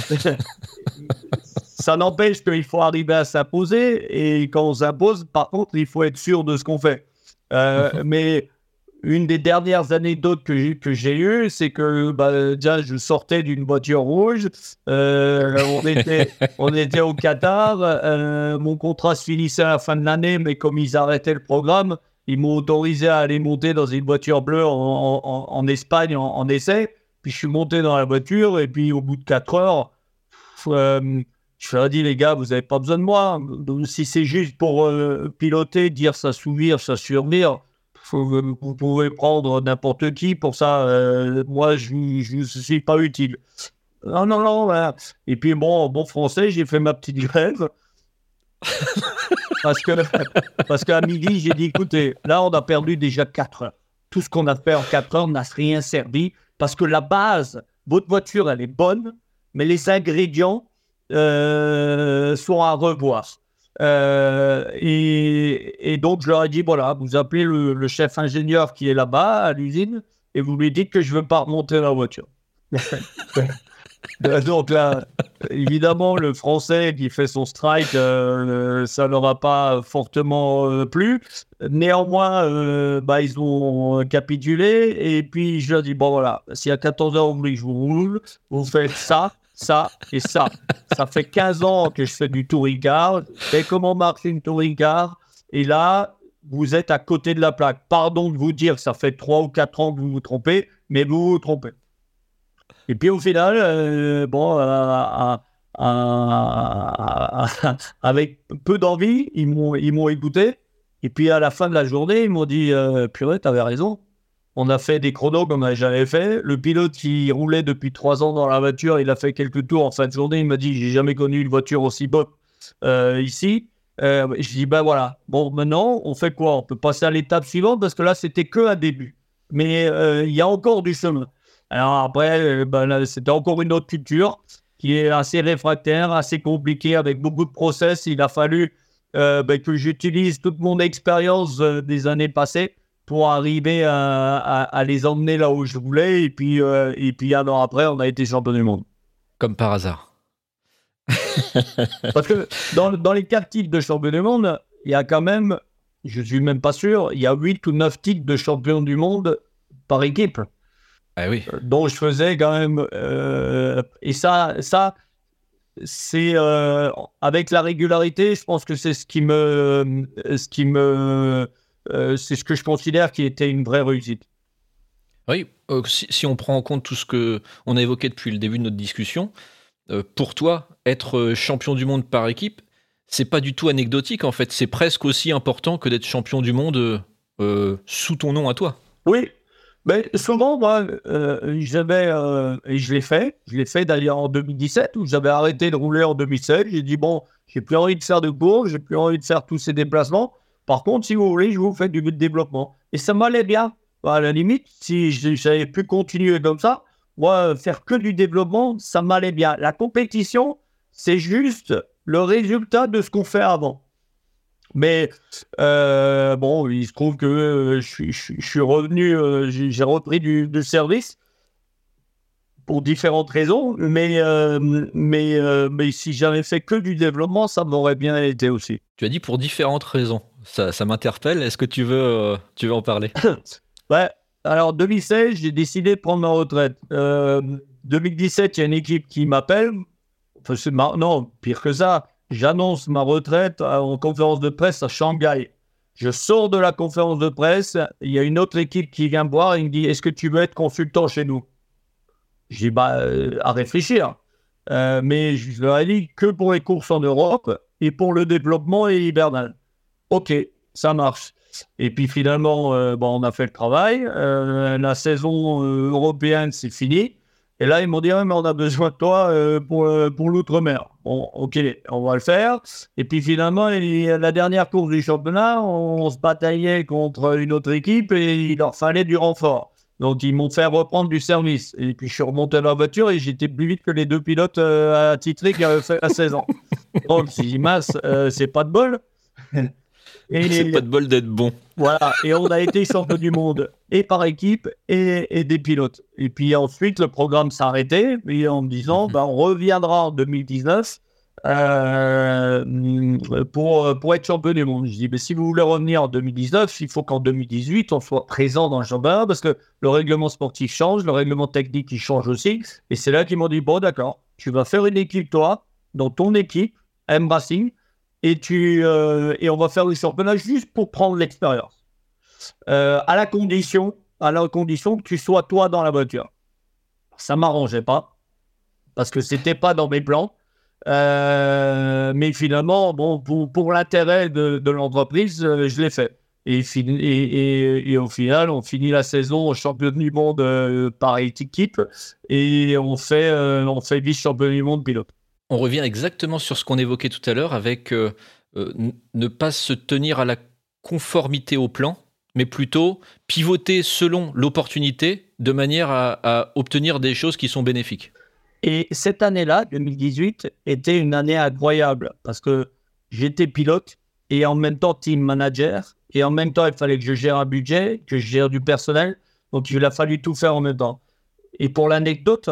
Ça n'empêche qu'il faut arriver à s'imposer, et quand on s'impose, par contre, il faut être sûr de ce qu'on fait. Euh, mais une des dernières anecdotes que j'ai, que j'ai eues, c'est que bah, déjà, je sortais d'une voiture rouge, euh, on, était, on était au Qatar, euh, mon contrat se finissait à la fin de l'année, mais comme ils arrêtaient le programme, ils m'ont autorisé à aller monter dans une voiture bleue en, en, en Espagne en, en essai. Puis je suis monté dans la voiture, et puis au bout de quatre heures, euh, je leur ai dit, les gars, vous n'avez pas besoin de moi. Donc, si c'est juste pour euh, piloter, dire ça souvire, ça survire, faut, vous pouvez prendre n'importe qui pour ça. Euh, moi, je ne suis pas utile. Non, non, non. Voilà. Et puis, bon, bon français, j'ai fait ma petite grève. parce, que, parce qu'à midi, j'ai dit, écoutez, là, on a perdu déjà quatre heures. Tout ce qu'on a fait en quatre heures n'a rien servi. Parce que la base, votre voiture, elle est bonne, mais les ingrédients euh, sont à revoir. Euh, et, et donc, je leur ai dit, voilà, vous appelez le, le chef ingénieur qui est là-bas, à l'usine, et vous lui dites que je ne veux pas remonter la voiture. Donc là, évidemment, le Français qui fait son strike, euh, ça n'aura pas fortement euh, plu. Néanmoins, euh, bah, ils ont capitulé, et puis je leur ai dit, bon voilà, si à quatorze heures, vous voulez que je vous roule, vous faites ça, ça et ça. Ça fait quinze ans que je fais du touring car. Et comment marche une touring car? Et là, vous êtes à côté de la plaque. Pardon de vous dire que ça fait trois ou quatre ans que vous vous trompez, mais vous vous trompez. Et puis au final, euh, bon, euh, euh, euh, euh, avec peu d'envie, ils m'ont, ils m'ont écouté. Et puis à la fin de la journée, ils m'ont dit euh, purée, t'avais raison. On a fait des chronos qu'on n'avait jamais fait. Le pilote qui roulait depuis trois ans dans la voiture, il a fait quelques tours en fin de journée. Il m'a dit, j'ai jamais connu une voiture aussi bonne euh, ici. Euh, je dis, ben voilà. Bon, maintenant, on fait quoi? On peut passer à l'étape suivante parce que là, c'était que un début. Mais euh, il y a encore du chemin. Alors après, euh, ben, là, c'était encore une autre culture qui est assez réfractaire, assez compliquée, avec beaucoup de process. Il a fallu euh, ben, que j'utilise toute mon expérience euh, des années passées pour arriver à, à, à les emmener là où je voulais. Et puis, euh, et puis un an après, on a été champion du monde. Comme par hasard. Parce que dans, dans les quatre titres de champion du monde, il y a quand même, je suis même pas sûr, il y a huit ou neuf titres de champion du monde par équipe. Ah oui. Dont je faisais quand même. Euh, et ça, ça c'est euh, avec la régularité, je pense que c'est ce qui me. Ce qui me euh, c'est ce que je considère qui était une vraie réussite. Oui, euh, si, si on prend en compte tout ce qu'on a évoqué depuis le début de notre discussion, euh, pour toi, être champion du monde par équipe, c'est pas du tout anecdotique en fait. C'est presque aussi important que d'être champion du monde euh, sous ton nom à toi. Oui. Mais souvent, moi, euh, j'avais, euh, et je l'ai fait, je l'ai fait d'ailleurs en deux mille dix-sept, où j'avais arrêté de rouler en deux mille seize. J'ai dit, bon, j'ai plus envie de faire de courses, j'ai plus envie de faire tous ces déplacements. Par contre, si vous voulez, je vous fais du développement. Et ça m'allait bien. À la limite, si j'avais pu continuer comme ça, moi, faire que du développement, ça m'allait bien. La compétition, c'est juste le résultat de ce qu'on fait avant. Mais euh, bon, il se trouve que euh, je, je, je suis revenu, euh, j'ai, j'ai repris du, du service pour différentes raisons, mais, euh, mais, euh, mais si j'avais fait que du développement, ça m'aurait bien été aussi. Tu as dit pour différentes raisons. Ça, ça m'interpelle. Est-ce que tu veux, euh, tu veux en parler? Ouais. Alors, deux mille seize, j'ai décidé de prendre ma retraite. Euh, deux mille dix-sept, il y a une équipe qui m'appelle. Enfin, c'est mar... Non, pire que ça. J'annonce ma retraite en conférence de presse à Shanghai. Je sors de la conférence de presse, il y a une autre équipe qui vient me voir et me dit « Est-ce que tu veux être consultant chez nous ?» Je dis bah, euh, « À réfléchir. Euh, » Mais je leur ai dit que pour les courses en Europe et pour le développement et hibernal. Ok, ça marche. Et puis finalement, euh, bon, on a fait le travail. Euh, la saison euh, européenne, c'est fini. Et là, ils m'ont dit, ah, mais on a besoin de toi euh, pour, euh, pour l'outre-mer. Bon, ok, on va le faire. Et puis finalement, il, la dernière course du championnat, on, on se bataillait contre une autre équipe et il leur fallait du renfort. Donc, ils m'ont fait reprendre du service. Et puis, je suis remonté dans la voiture et j'étais plus vite que les deux pilotes euh, attitrés qui avaient fait à seize ans. Donc, j'ai dit, mince, euh, c'est pas de bol. Et c'est pas de bol d'être bon. Voilà, et on a été champion du monde, et par équipe, et, et des pilotes. Et puis ensuite, le programme s'est arrêté, et en me disant, ben, on reviendra en deux mille dix-neuf euh, pour, pour être champion du monde. Je dis, mais si vous voulez revenir en deux mille dix-neuf, il faut qu'en deux mille dix-huit, on soit présent dans le championnat, parce que le règlement sportif change, le règlement technique, il change aussi. Et c'est là qu'ils m'ont dit, bon, d'accord, tu vas faire une équipe, toi, dans ton équipe, M Racing, Et, tu, euh, et on va faire le championnat juste pour prendre l'expérience. Euh, à la condition, à la condition que tu sois toi dans la voiture. Ça ne m'arrangeait pas, parce que ce n'était pas dans mes plans. Euh, mais finalement, bon, pour, pour l'intérêt de, de l'entreprise, euh, je l'ai fait. Et, et, et, et au final, on finit la saison champion du monde euh, par équipe et on fait, euh, on fait vice-champion du monde pilote. On revient exactement sur ce qu'on évoquait tout à l'heure avec euh, euh, n- ne pas se tenir à la conformité au plan, mais plutôt pivoter selon l'opportunité de manière à, à obtenir des choses qui sont bénéfiques. Et cette année-là, deux mille dix-huit, était une année incroyable parce que j'étais pilote et en même temps team manager et en même temps il fallait que je gère un budget, que je gère du personnel, donc il a fallu tout faire en même temps. Et pour l'anecdote,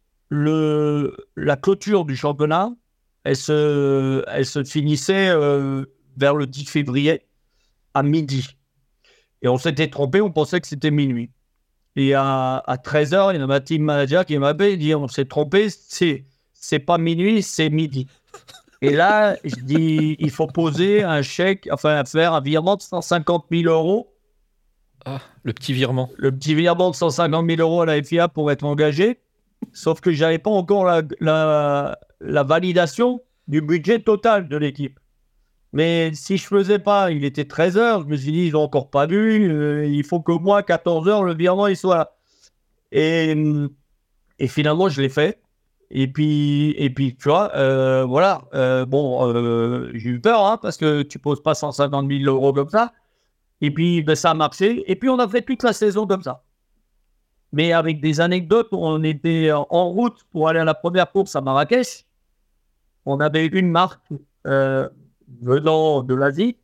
Le, la clôture du championnat, elle se, elle se finissait euh, vers le dix février à midi. Et on s'était trompé, on pensait que c'était minuit. Et à, à treize heures, il y a ma team manager qui m'appelle et dit on s'est trompé, c'est, c'est pas minuit, c'est midi. Et là, je dis il faut poser un chèque, enfin faire un virement de cent cinquante mille euros. Ah, le petit virement. Le petit virement de cent cinquante mille euros à la F I A pour être engagé. Sauf que je n'avais pas encore la, la, la validation du budget total de l'équipe. Mais si je ne faisais pas, il était treize heures, je me suis dit, ils n'ont encore pas vu, euh, il faut qu'au moins quatorze heures, le virement il soit là. Et, et finalement, je l'ai fait. Et puis, et puis tu vois, euh, voilà, euh, bon, euh, j'ai eu peur, hein, parce que tu ne poses pas cent cinquante mille euros comme ça. Et puis, ben, ça a marché. Et puis, on a fait toute la saison comme ça. Mais avec des anecdotes, on était en route pour aller à la première course à Marrakech. On avait une marque, euh, venant de l'Asie,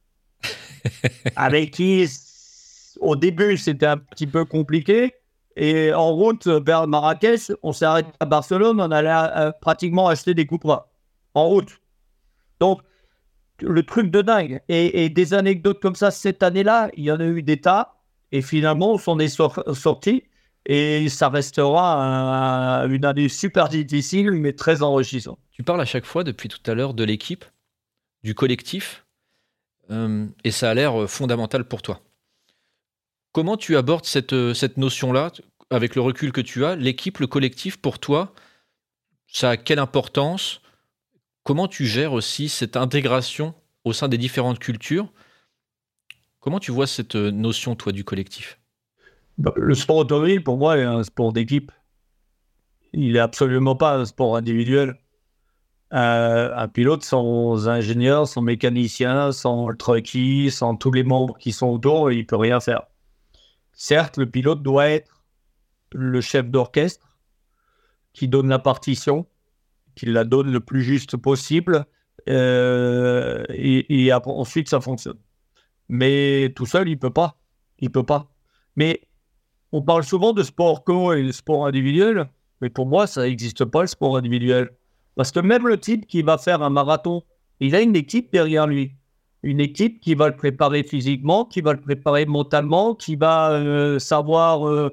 avec qui, au début, c'était un petit peu compliqué. Et en route vers Marrakech, on s'est arrêté à Barcelone, on allait euh, pratiquement acheter des Cupra en route. Donc, le truc de dingue. Et, et des anecdotes comme ça, cette année-là, il y en a eu des tas. Et finalement, on s'en est sor- sorti. Et ça restera un, une année super difficile, mais très enrichissante. Tu parles à chaque fois, depuis tout à l'heure, de l'équipe, du collectif, euh, et ça a l'air fondamental pour toi. Comment tu abordes cette, cette notion-là, avec le recul que tu as, l'équipe, le collectif, pour toi, ça a quelle importance ? Comment tu gères aussi cette intégration au sein des différentes cultures ? Comment tu vois cette notion, toi, du collectif ? Le sport automobile, pour moi, est un sport d'équipe. Il n'est absolument pas un sport individuel. Euh, un pilote sans ingénieur, sans mécanicien, sans truckie, sans tous les membres qui sont autour, il ne peut rien faire. Certes, le pilote doit être le chef d'orchestre qui donne la partition, qui la donne le plus juste possible, euh, et, et après, ensuite ça fonctionne. Mais tout seul, il ne peut pas. Il peut pas. Mais on parle souvent de sport co et de sport individuel, mais pour moi, ça n'existe pas le sport individuel. Parce que même le type qui va faire un marathon, il a une équipe derrière lui. Une équipe qui va le préparer physiquement, qui va le préparer mentalement, qui va euh, savoir euh,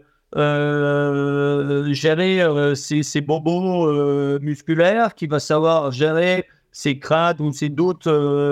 euh, gérer euh, ses, ses bobos euh, musculaires, qui va savoir gérer ses craintes ou ses doutes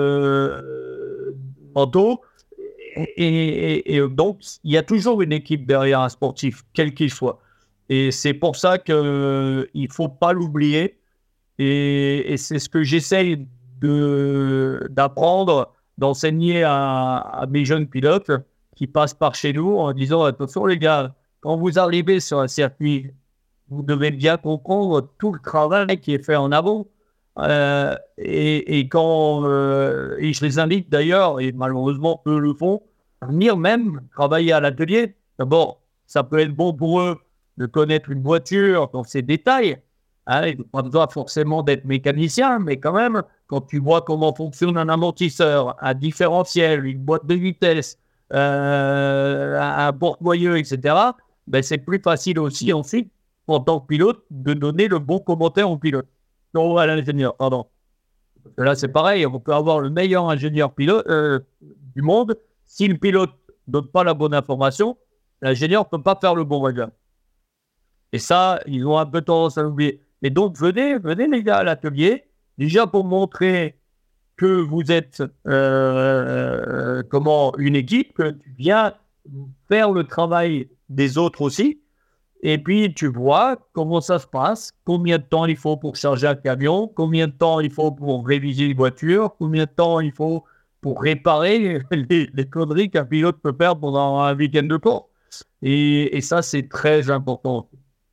euh, mentaux. Et, et, et donc, il y a toujours une équipe derrière un sportif, quel qu'il soit. Et c'est pour ça qu'il euh, ne faut pas l'oublier. Et, et c'est ce que j'essaye de, d'apprendre, d'enseigner à, à mes jeunes pilotes qui passent par chez nous en disant « Attention les gars, quand vous arrivez sur un circuit, vous devez bien comprendre tout le travail qui est fait en avant. Euh, et, et quand euh, et je les invite d'ailleurs, et malheureusement eux le font, à venir même travailler à l'atelier. D'abord, ça peut être bon pour eux de connaître une voiture dans ses détails. Hein, il n'y a pas besoin forcément d'être mécanicien, mais quand même, quand tu vois comment fonctionne un amortisseur, un différentiel, une boîte de vitesse, euh, un porte-noyau, et cetera, ben c'est plus facile aussi ensuite, en tant que pilote, de donner le bon commentaire au pilote. Non, à l'ingénieur, pardon. Là, c'est pareil, on peut avoir le meilleur ingénieur pilote euh, du monde. Si le pilote ne donne pas la bonne information, l'ingénieur ne peut pas faire le bon réglage. Et ça, ils ont un peu tendance à l'oublier. Mais donc, venez, venez les gars à l'atelier, déjà pour montrer que vous êtes euh, euh, comment une équipe, que tu viens faire le travail des autres aussi. Et puis, tu vois comment ça se passe, combien de temps il faut pour charger un camion, combien de temps il faut pour réviser une voiture, combien de temps il faut pour réparer les, les conneries qu'un pilote peut faire pendant un week-end de course. Et, et ça, c'est très important.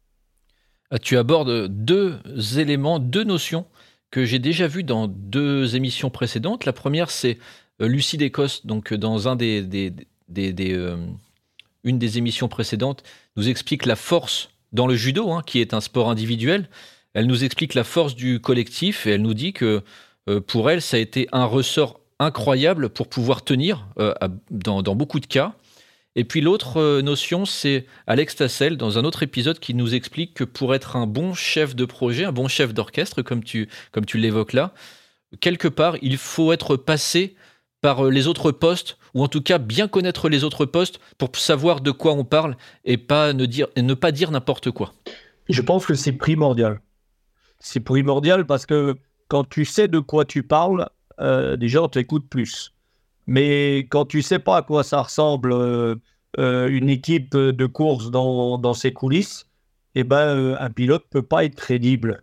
Tu abordes deux éléments, deux notions que j'ai déjà vues dans deux émissions précédentes. La première, c'est Lucie Descostes, donc dans un des, des, des, des euh, une des émissions précédentes, nous explique la force dans le judo, hein, qui est un sport individuel. Elle nous explique la force du collectif et elle nous dit que euh, pour elle, ça a été un ressort incroyable pour pouvoir tenir euh, à, dans, dans beaucoup de cas. Et puis l'autre euh, notion, c'est Alex Tassel, dans un autre épisode, qui nous explique que pour être un bon chef de projet, un bon chef d'orchestre, comme tu, comme tu l'évoques là, quelque part, il faut être passé par les autres postes, ou en tout cas bien connaître les autres postes pour savoir de quoi on parle et, pas ne, dire, et ne pas dire n'importe quoi. Je pense que c'est primordial. C'est primordial parce que quand tu sais de quoi tu parles, euh, déjà on t'écoute plus. Mais quand tu sais pas à quoi ça ressemble euh, euh, une équipe de course dans, dans ses coulisses, eh ben, euh, un pilote peut pas être crédible.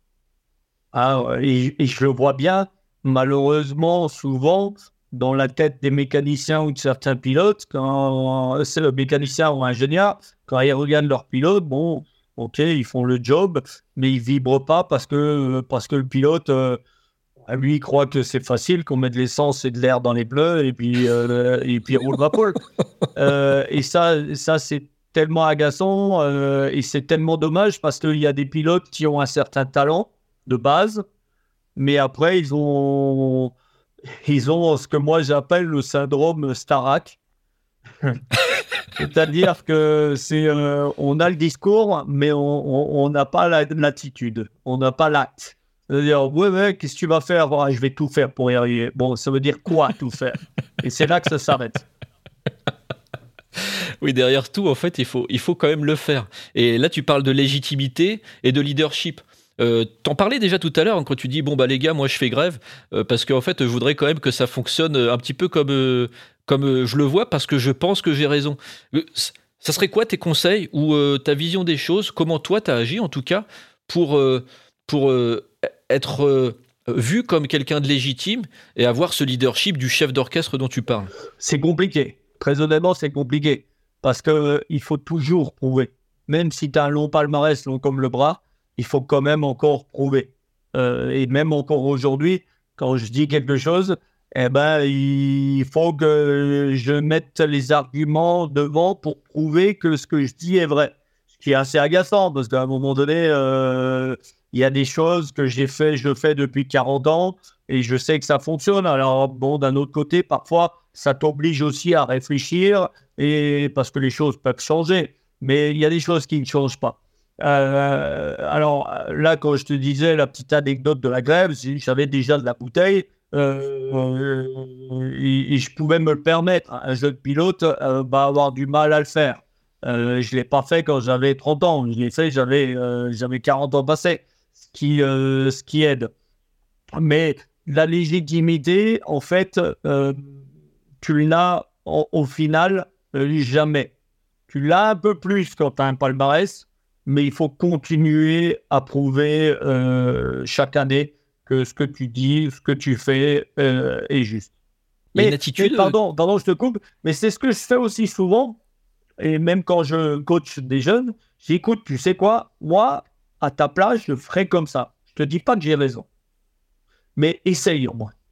Ah, et, et je le vois bien, malheureusement, souvent, dans la tête des mécaniciens ou de certains pilotes, quand c'est le mécanicien ou l'ingénieur, quand ils regardent leur pilote, bon, ok, ils font le job, mais ils vibrent pas parce que, parce que le pilote, euh, lui, il croit que c'est facile, qu'on met de l'essence et de l'air dans les pneus, et puis, euh, et puis il roule vapeur. Euh, et ça, ça c'est tellement agaçant, euh, et c'est tellement dommage parce qu'il y a des pilotes qui ont un certain talent de base, mais après, ils ont, ils ont ce que moi j'appelle le syndrome Starak. C'est-à-dire que c'est, euh, on a le discours, mais on n'a pas la, l'attitude, on n'a pas l'acte. C'est-à-dire, ouais, ouais, qu'est-ce que tu vas faire? Bon, je vais tout faire pour y arriver. Bon, ça veut dire quoi, tout faire? Et c'est là que ça s'arrête. Oui, derrière tout, en fait, il faut, il faut quand même le faire. Et là, tu parles de légitimité et de leadership. Euh, t'en parlais déjà tout à l'heure hein, quand tu dis bon bah les gars moi je fais grève euh, parce qu'en fait je voudrais quand même que ça fonctionne un petit peu comme euh, comme euh, je le vois parce que je pense que j'ai raison. Euh, ça serait quoi tes conseils ou euh, ta vision des choses? Comment toi t'as agi en tout cas pour euh, pour euh, être euh, vu comme quelqu'un de légitime et avoir ce leadership du chef d'orchestre dont tu parles? C'est compliqué. Très honnêtement, c'est compliqué parce que euh, il faut toujours prouver. Même si tu as un long palmarès long comme le bras, il faut quand même encore prouver. Euh, et même encore aujourd'hui, quand je dis quelque chose, eh ben, il faut que je mette les arguments devant pour prouver que ce que je dis est vrai. Ce qui est assez agaçant, parce qu'à un moment donné, euh, il y a des choses que j'ai fait, je fais depuis quarante ans, et je sais que ça fonctionne. Alors, bon, d'un autre côté, parfois, ça t'oblige aussi à réfléchir, et parce que les choses peuvent changer. Mais il y a des choses qui ne changent pas. Euh, alors là, quand je te disais la petite anecdote de la grève, j'avais déjà de la bouteille euh, et, et je pouvais me le permettre. Un jeune pilote euh, va avoir du mal à le faire. Euh, je ne l'ai pas fait quand j'avais trente ans, je l'ai fait j'avais, euh, j'avais quarante ans passés, ce qui, euh, ce qui aide. Mais la légitimité, en fait, euh, tu l'as au, au final euh, jamais. Tu l'as un peu plus quand tu as un palmarès, mais il faut continuer à prouver euh, chaque année que ce que tu dis, ce que tu fais euh, est juste. Il y a une Mais, attitude. mais pardon, pardon, je te coupe, mais c'est ce que je fais aussi souvent, et même quand je coach des jeunes, j'écoute, tu sais quoi, moi, à ta place, je ferais comme ça. Je te dis pas que j'ai raison, mais essaye au moins.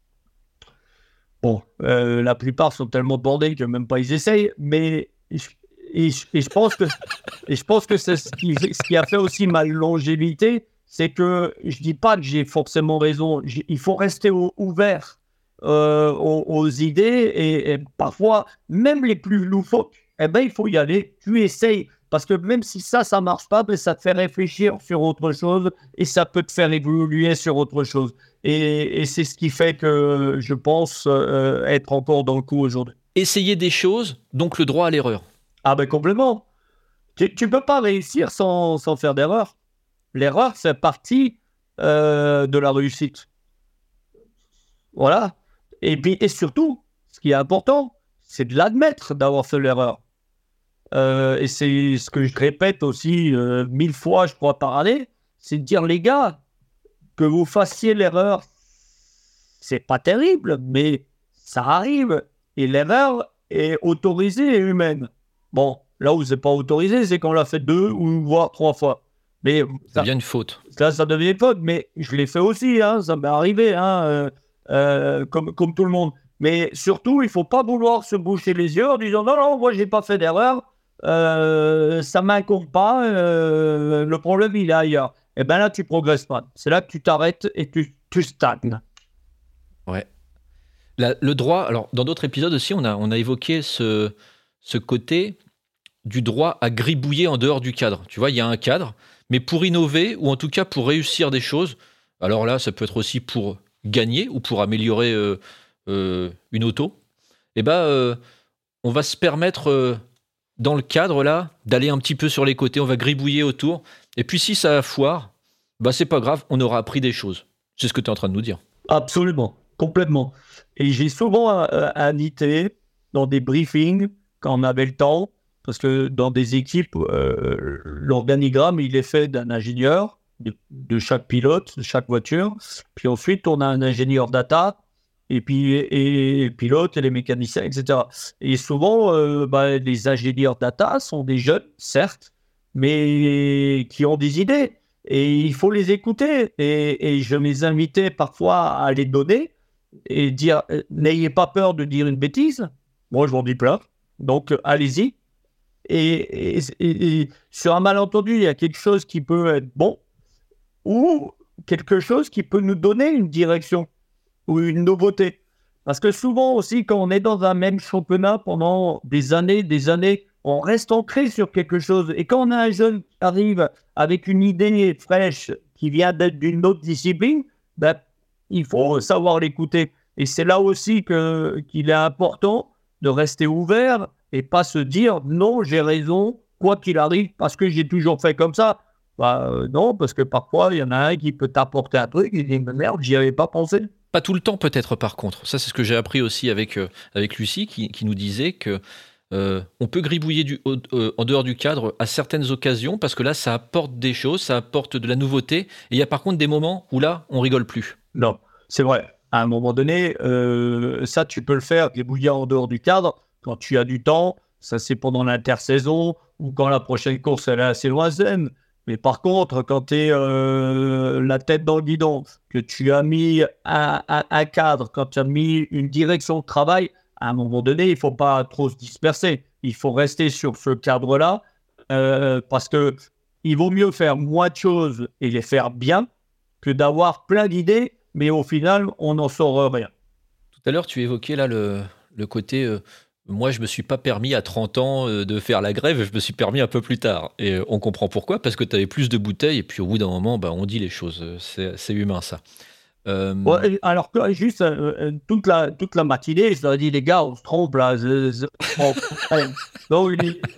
Bon, euh, la plupart sont tellement bordés que même pas ils essayent, mais je, et, je, et je pense que et je pense que c'est ce qui, ce qui a fait aussi ma longévité, c'est que je dis pas que j'ai forcément raison. J'ai, il faut rester au, ouvert euh, aux, aux idées et, et parfois même les plus loufoques. Eh ben il faut y aller. Tu essayes parce que même si ça ça marche pas, ben ça te fait réfléchir sur autre chose et ça peut te faire évoluer sur autre chose. Et, et c'est ce qui fait que je pense euh, être encore dans le coup aujourd'hui. Essayer des choses, donc le droit à l'erreur. Ah ben complètement. Tu ne peux pas réussir sans, sans faire d'erreur. L'erreur, c'est partie euh, de la réussite. Voilà. Et puis, et surtout, ce qui est important, c'est de l'admettre d'avoir fait l'erreur. Euh, et c'est ce que je répète aussi euh, mille fois, je crois, par année, c'est de dire, les gars, que vous fassiez l'erreur, c'est pas terrible, mais ça arrive. Et l'erreur est autorisée et humaine. Bon, là où c'est pas autorisé, c'est qu'on l'a fait deux ou voire trois fois. Mais ça devient une faute. Ça, ça devient une faute, mais je l'ai fait aussi, hein, ça m'est arrivé, hein, euh, euh, comme, comme tout le monde. Mais surtout, il ne faut pas vouloir se boucher les yeux en disant non, non, moi, je n'ai pas fait d'erreur, euh, ça ne m'incombe pas, euh, le problème, il est ailleurs. Et bien là, tu ne progresses pas. C'est là que tu t'arrêtes et tu, tu stagnes. Ouais. La, le droit, alors dans d'autres épisodes aussi, on a, on a évoqué ce, ce côté du droit à gribouiller en dehors du cadre. Tu vois, il y a un cadre, mais pour innover, ou en tout cas pour réussir des choses, alors là, ça peut être aussi pour gagner ou pour améliorer euh, euh, une auto, et ben, euh, on va se permettre, euh, dans le cadre là, d'aller un petit peu sur les côtés, on va gribouiller autour, et puis si ça foire, bah c'est pas grave, on aura appris des choses. C'est ce que tu es en train de nous dire. Absolument, complètement. Et j'ai souvent euh, invité dans des briefings, quand on avait le temps, parce que dans des équipes, euh, l'organigramme, il est fait d'un ingénieur, de, de chaque pilote, de chaque voiture. Puis ensuite, on a un ingénieur data, et puis et, et le pilote, et les mécaniciens, et cetera. Et souvent, euh, bah, les ingénieurs data sont des jeunes, certes, mais qui ont des idées. Et il faut les écouter. Et, et je les invitais parfois à les donner et dire, euh, n'ayez pas peur de dire une bêtise. Moi, je m'en dis plein. Donc, euh, allez-y. Et, et, et, et sur un malentendu, il y a quelque chose qui peut être bon ou quelque chose qui peut nous donner une direction. ou une nouveauté. Parce que souvent aussi, quand on est dans un même championnat pendant des années, des années, on reste ancré sur quelque chose. Et quand on a un jeune qui arrive avec une idée fraîche qui vient d'être d'une autre discipline, ben, il faut savoir l'écouter. Et c'est là aussi que, qu'il est important de rester ouvert et pas se dire « non, j'ai raison, quoi qu'il arrive, parce que j'ai toujours fait comme ça ». Bah, euh, non, parce que parfois, il y en a un qui peut t'apporter un truc et dit « merde, j'y avais pas pensé ». Pas tout le temps peut-être par contre. Ça, c'est ce que j'ai appris aussi avec, euh, avec Lucie qui, qui nous disait que euh, on peut gribouiller du, euh, en dehors du cadre à certaines occasions parce que là, ça apporte des choses, ça apporte de la nouveauté. Et il y a par contre des moments où là, on rigole plus. Non, c'est vrai. À un moment donné, euh, ça, tu peux le faire, gribouiller en dehors du cadre quand tu as du temps. Ça, c'est pendant l'intersaison ou quand la prochaine course, elle est assez lointaine. Mais par contre, quand tu es euh, la tête dans le guidon, que tu as mis un, un, un cadre, quand tu as mis une direction de travail, à un moment donné, il ne faut pas trop se disperser. Il faut rester sur ce cadre-là euh, parce qu'il vaut mieux faire moins de choses et les faire bien que d'avoir plein d'idées, mais au final, on n'en sort rien. Tout à l'heure, tu évoquais là le, le côté... Euh... Moi, je ne me suis pas permis à trente ans de faire la grève, je me suis permis un peu plus tard. Et on comprend pourquoi, parce que tu avais plus de bouteilles, et puis au bout d'un moment, bah, on dit les choses. C'est, c'est humain, ça. Euh... Ouais, alors, juste euh, toute, la, toute la matinée, je leur ai dit, les gars, on se trompe là. Je, je, je, Donc,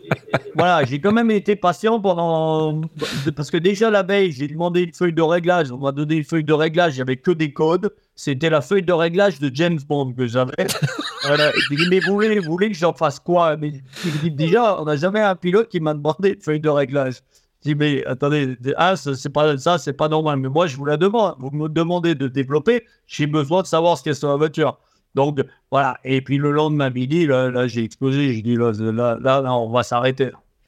voilà, j'ai quand même été patient pendant. Parce que déjà la veille, j'ai demandé une feuille de réglage. On m'a donné une feuille de réglage, il n'y avait que des codes. C'était la feuille de réglage de James Bond que j'avais. Voilà. J'ai dit, mais vous voulez, vous voulez que j'en fasse quoi? Mais déjà, on n'a jamais un pilote qui m'a demandé une feuille de réglage. Je dis, mais attendez, ah, ça, c'est pas, ça, c'est pas normal. Mais moi, je vous la demande. Vous me demandez de développer. J'ai besoin de savoir ce qu'il y a sur la voiture. Donc, voilà. Et puis, le lendemain midi, là, là j'ai explosé. Je dis, là, là, là, là on va s'arrêter.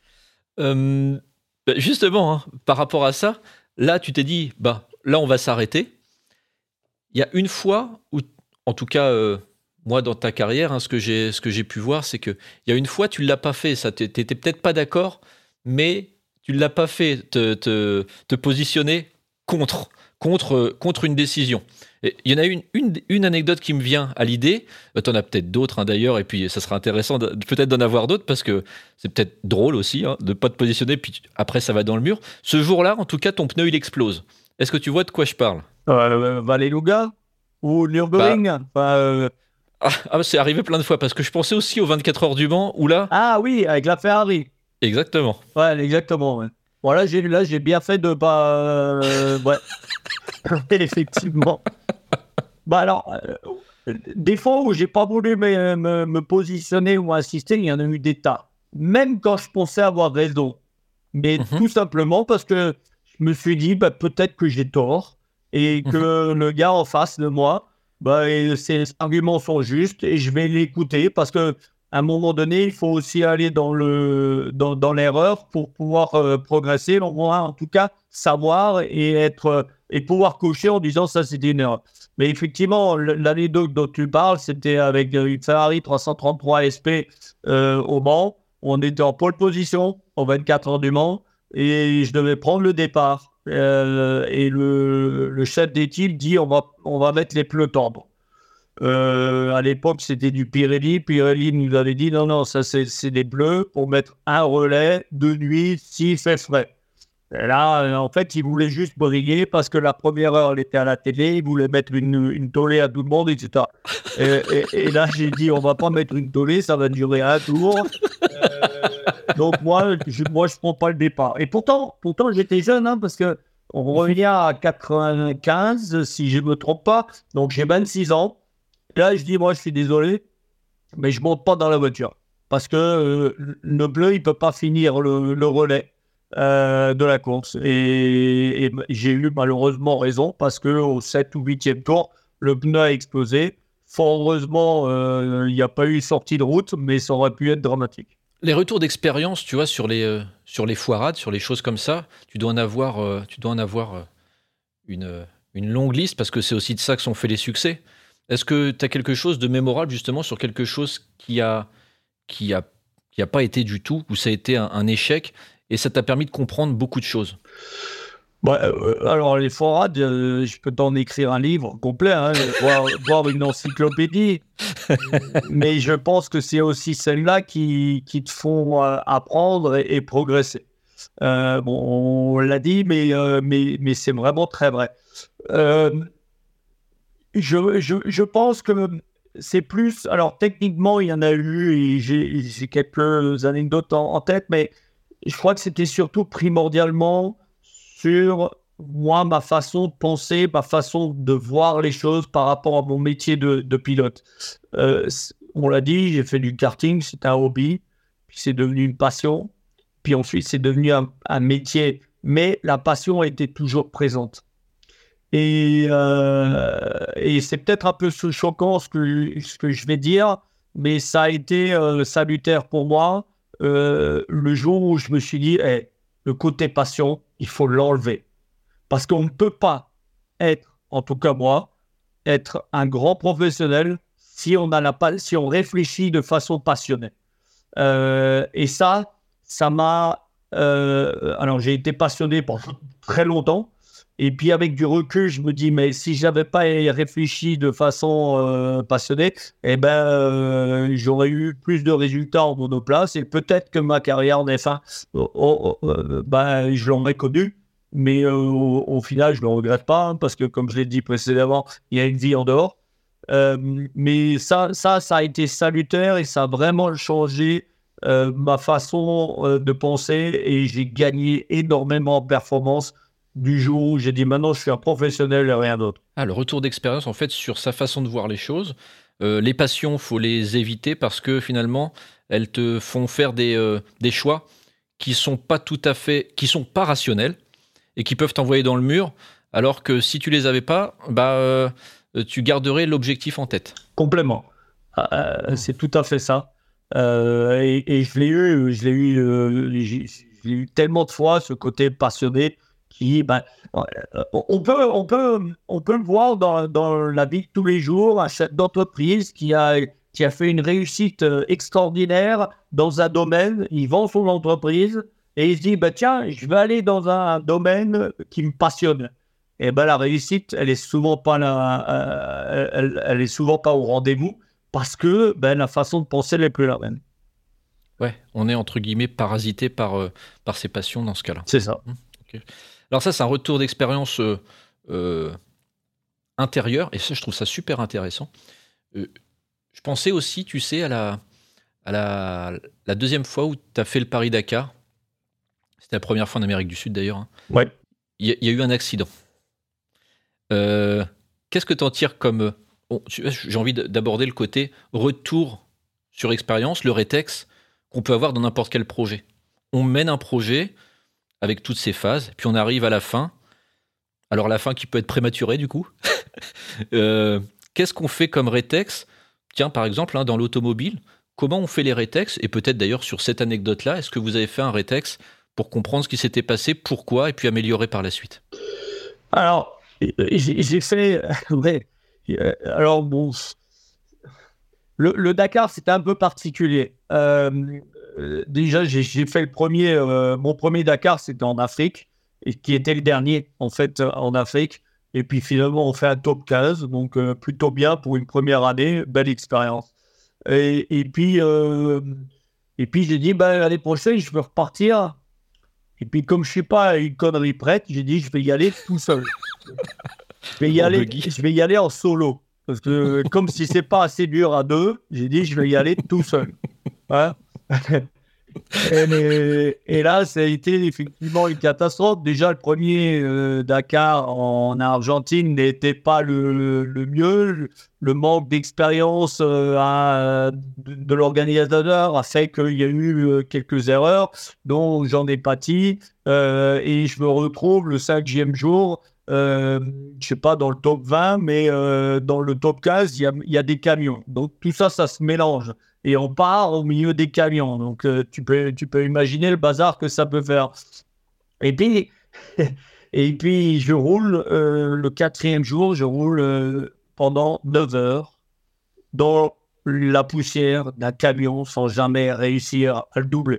Euh, justement, hein, par rapport à ça, là, tu t'es dit, bah, là, on va s'arrêter. Il y a une fois où, en tout cas, euh, moi, dans ta carrière, hein, ce que j'ai, ce que j'ai pu voir, c'est qu'il y a une fois, tu ne l'as pas fait. Ça, tu n'étais peut-être pas d'accord, mais tu ne l'as pas fait te, te, te positionner contre, contre, contre une décision. Et il y en a une, une, une anecdote qui me vient à l'idée. Tu en as peut-être d'autres, hein, d'ailleurs, et puis ça sera intéressant de, peut-être d'en avoir d'autres, parce que c'est peut-être drôle aussi hein, de ne pas te positionner, puis après ça va dans le mur. Ce jour-là, en tout cas, ton pneu, il explose. Est-ce que tu vois de quoi je parle? euh, Vallelunga ou Nürburgring bah, enfin, euh... ah, ah, c'est arrivé plein de fois, parce que je pensais aussi aux vingt-quatre heures du Mans, où là... Ah oui, avec la Ferrari. Exactement. Ouais, exactement. Ouais. Bon, là, j'ai, là, j'ai bien fait de pas... Euh, ouais. Effectivement. Bah alors, euh, des fois où j'ai pas voulu me, me, me positionner ou insister, il y en a eu des tas. Même quand je pensais avoir raison. Mais mm-hmm. tout simplement parce que je me suis dit, bah, peut-être que j'ai tort et que mm-hmm. le gars en face de moi, bah, ses arguments sont justes et je vais l'écouter parce que à un moment donné, il faut aussi aller dans, le, dans, dans l'erreur pour pouvoir euh, progresser, en tout cas savoir et, être, et pouvoir cocher en disant ça c'était une erreur. Mais effectivement, l'anecdote dont tu parles, c'était avec une Ferrari trois cent trente-trois S P euh, au Mans. On était en pole position aux vingt-quatre heures du Mans et je devais prendre le départ. Euh, et le, le chef d'équipe dit on va, on va mettre les pneus tendres. Euh, à l'époque, c'était du Pirelli. Pirelli nous avait dit non, non, ça c'est, c'est des bleus pour mettre un relais de nuit s'il fait frais. Et là, en fait, il voulait juste briller parce que la première heure, elle était à la télé. Il voulait mettre une, une tollée à tout le monde, et cetera. Et, et, et là, j'ai dit on va pas mettre une tollée, ça va durer un tour. Euh, donc, moi, je, moi, je prends pas le départ. Et pourtant, pourtant j'étais jeune hein, parce que on revient à quatre-vingt-quinze, si je me trompe pas. Donc, j'ai vingt-six ans. Là, je dis, moi, je suis désolé, mais je ne monte pas dans la voiture. Parce que euh, le bleu, il ne peut pas finir le, le relais euh, de la course. Et, et j'ai eu malheureusement raison, parce qu'au sept ou huitième tour, le pneu a explosé. Fort heureusement, euh, il n'y a pas eu sortie de route, mais ça aurait pu être dramatique. Les retours d'expérience, tu vois, sur les, euh, sur les foirades, sur les choses comme ça, tu dois en avoir, euh, tu dois en avoir euh, une, une longue liste, parce que c'est aussi de ça que sont faits les succès. Est-ce que tu as quelque chose de mémorable justement sur quelque chose qui a, qui a, qui a pas été du tout, où ça a été un, un échec et ça t'a permis de comprendre beaucoup de choses? Bah, euh, alors, les forades, euh, je peux t'en écrire un livre complet, hein, voire, voire une encyclopédie. Mais je pense que c'est aussi celles-là qui, qui te font euh, apprendre et, et progresser. Euh, bon, on l'a dit, mais, euh, mais, mais c'est vraiment très vrai. Euh, je, je, je pense que c'est plus... Alors, techniquement, il y en a eu, et j'ai, j'ai quelques anecdotes en, en tête, mais je crois que c'était surtout primordialement sur moi, ma façon de penser, ma façon de voir les choses par rapport à mon métier de, de pilote. Euh, on l'a dit, j'ai fait du karting, c'était un hobby, puis c'est devenu une passion, puis ensuite c'est devenu un, un métier, mais la passion était toujours présente. Et, euh, et c'est peut-être un peu choquant ce que, ce que je vais dire, mais ça a été euh, salutaire pour moi euh, le jour où je me suis dit, hey, le côté passion, il faut l'enlever. Parce qu'on ne peut pas être, en tout cas moi, être un grand professionnel si on, a la, si on réfléchit de façon passionnée. Euh, et ça, ça m'a... Euh, alors, j'ai été passionné pendant très longtemps. Et puis, avec du recul, je me dis, mais si je n'avais pas réfléchi de façon euh, passionnée, eh ben, euh, j'aurais eu plus de résultats en monoplace. Et peut-être que ma carrière en F un, oh, oh, oh, ben, je l'aurais connue. Mais euh, au, au final, je ne le regrette pas, hein, parce que, comme je l'ai dit précédemment, il y a une vie en dehors. Euh, mais ça, ça, ça a été salutaire et ça a vraiment changé euh, ma façon euh, de penser et j'ai gagné énormément en performance du jour où j'ai dit maintenant je suis un professionnel et rien d'autre. Ah, le retour d'expérience en fait sur sa façon de voir les choses. Euh, les passions, faut les éviter parce que finalement, elles te font faire des, euh, des choix qui sont pas tout à fait, qui sont pas rationnels et qui peuvent t'envoyer dans le mur. Alors que si tu les avais pas, bah euh, tu garderais l'objectif en tête. Complètement. Euh, c'est tout à fait ça. Euh, et, et je l'ai eu, je l'ai eu, euh, j'ai, je l'ai eu tellement de fois, ce côté passionné qui, ben, on peut, on peut, on peut le voir dans, dans la vie de tous les jours, un chef d'entreprise qui a, qui a fait une réussite extraordinaire dans un domaine, il vend son entreprise et il se dit, ben, tiens, je vais aller dans un domaine qui me passionne. Et ben la réussite, elle est souvent pas là, euh, elle, elle est souvent pas au rendez-vous parce que ben la façon de penser n'est plus la même. Ouais, on est entre guillemets parasité par euh, par ses passions dans ce cas-là. C'est ça. Mmh, okay. Alors ça, c'est un retour d'expérience euh, euh, intérieur et ça, je trouve ça super intéressant. Euh, je pensais aussi, tu sais, à la à la, la deuxième fois où tu as fait le Paris-Dakar. C'était la première fois en Amérique du Sud d'ailleurs. Hein. Ouais. Il y, y a eu un accident. Euh, qu'est-ce que tu en tires comme... Bon, j'ai envie d'aborder le côté retour sur expérience, le rétex, qu'on peut avoir dans n'importe quel projet. On mène un projet avec toutes ses phases, puis on arrive à la fin. Alors la fin qui peut être prématurée du coup. euh, qu'est-ce qu'on fait comme rétex? Tiens, par exemple, hein, dans l'automobile, comment on fait les rétex? Et peut-être d'ailleurs sur cette anecdote-là, est-ce que vous avez fait un rétex pour comprendre ce qui s'était passé, pourquoi, et puis améliorer par la suite? Alors, j'ai, j'ai fait... ouais. Alors, bon... Le, le Dakar, c'était un peu particulier. Euh, euh, déjà, j'ai, j'ai fait le premier... Euh, mon premier Dakar, c'était en Afrique, et qui était le dernier, en fait, en Afrique. Et puis, finalement, on fait un top quinze, donc euh, plutôt bien pour une première année. Belle expérience. Et, et puis, euh, et puis j'ai dit, ben, l'année prochaine, je veux repartir. Et puis, comme je ne suis pas une connerie prête, j'ai dit, je vais y aller tout seul. Je vais y, aller, je vais y aller en solo. Parce que comme si c'est pas assez dur à deux, j'ai dit, je vais y aller tout seul. Hein et, et là, ça a été effectivement une catastrophe. Déjà, le premier euh, Dakar en Argentine n'était pas le, le mieux. Le, le manque d'expérience euh, à, de, de l'organisateur a fait qu'il y a eu euh, quelques erreurs dont j'en ai pâti. Euh, et je me retrouve le cinquième jour, euh, je sais pas, dans le top vingt, mais euh, dans le top quinze, il y a, y a des camions. Donc, tout ça, ça se mélange. Et on part au milieu des camions. Donc, euh, tu, peux, tu peux imaginer le bazar que ça peut faire. Et puis, et puis je roule euh, le quatrième jour, je roule euh, pendant neuf heures dans la poussière d'un camion sans jamais réussir à le doubler.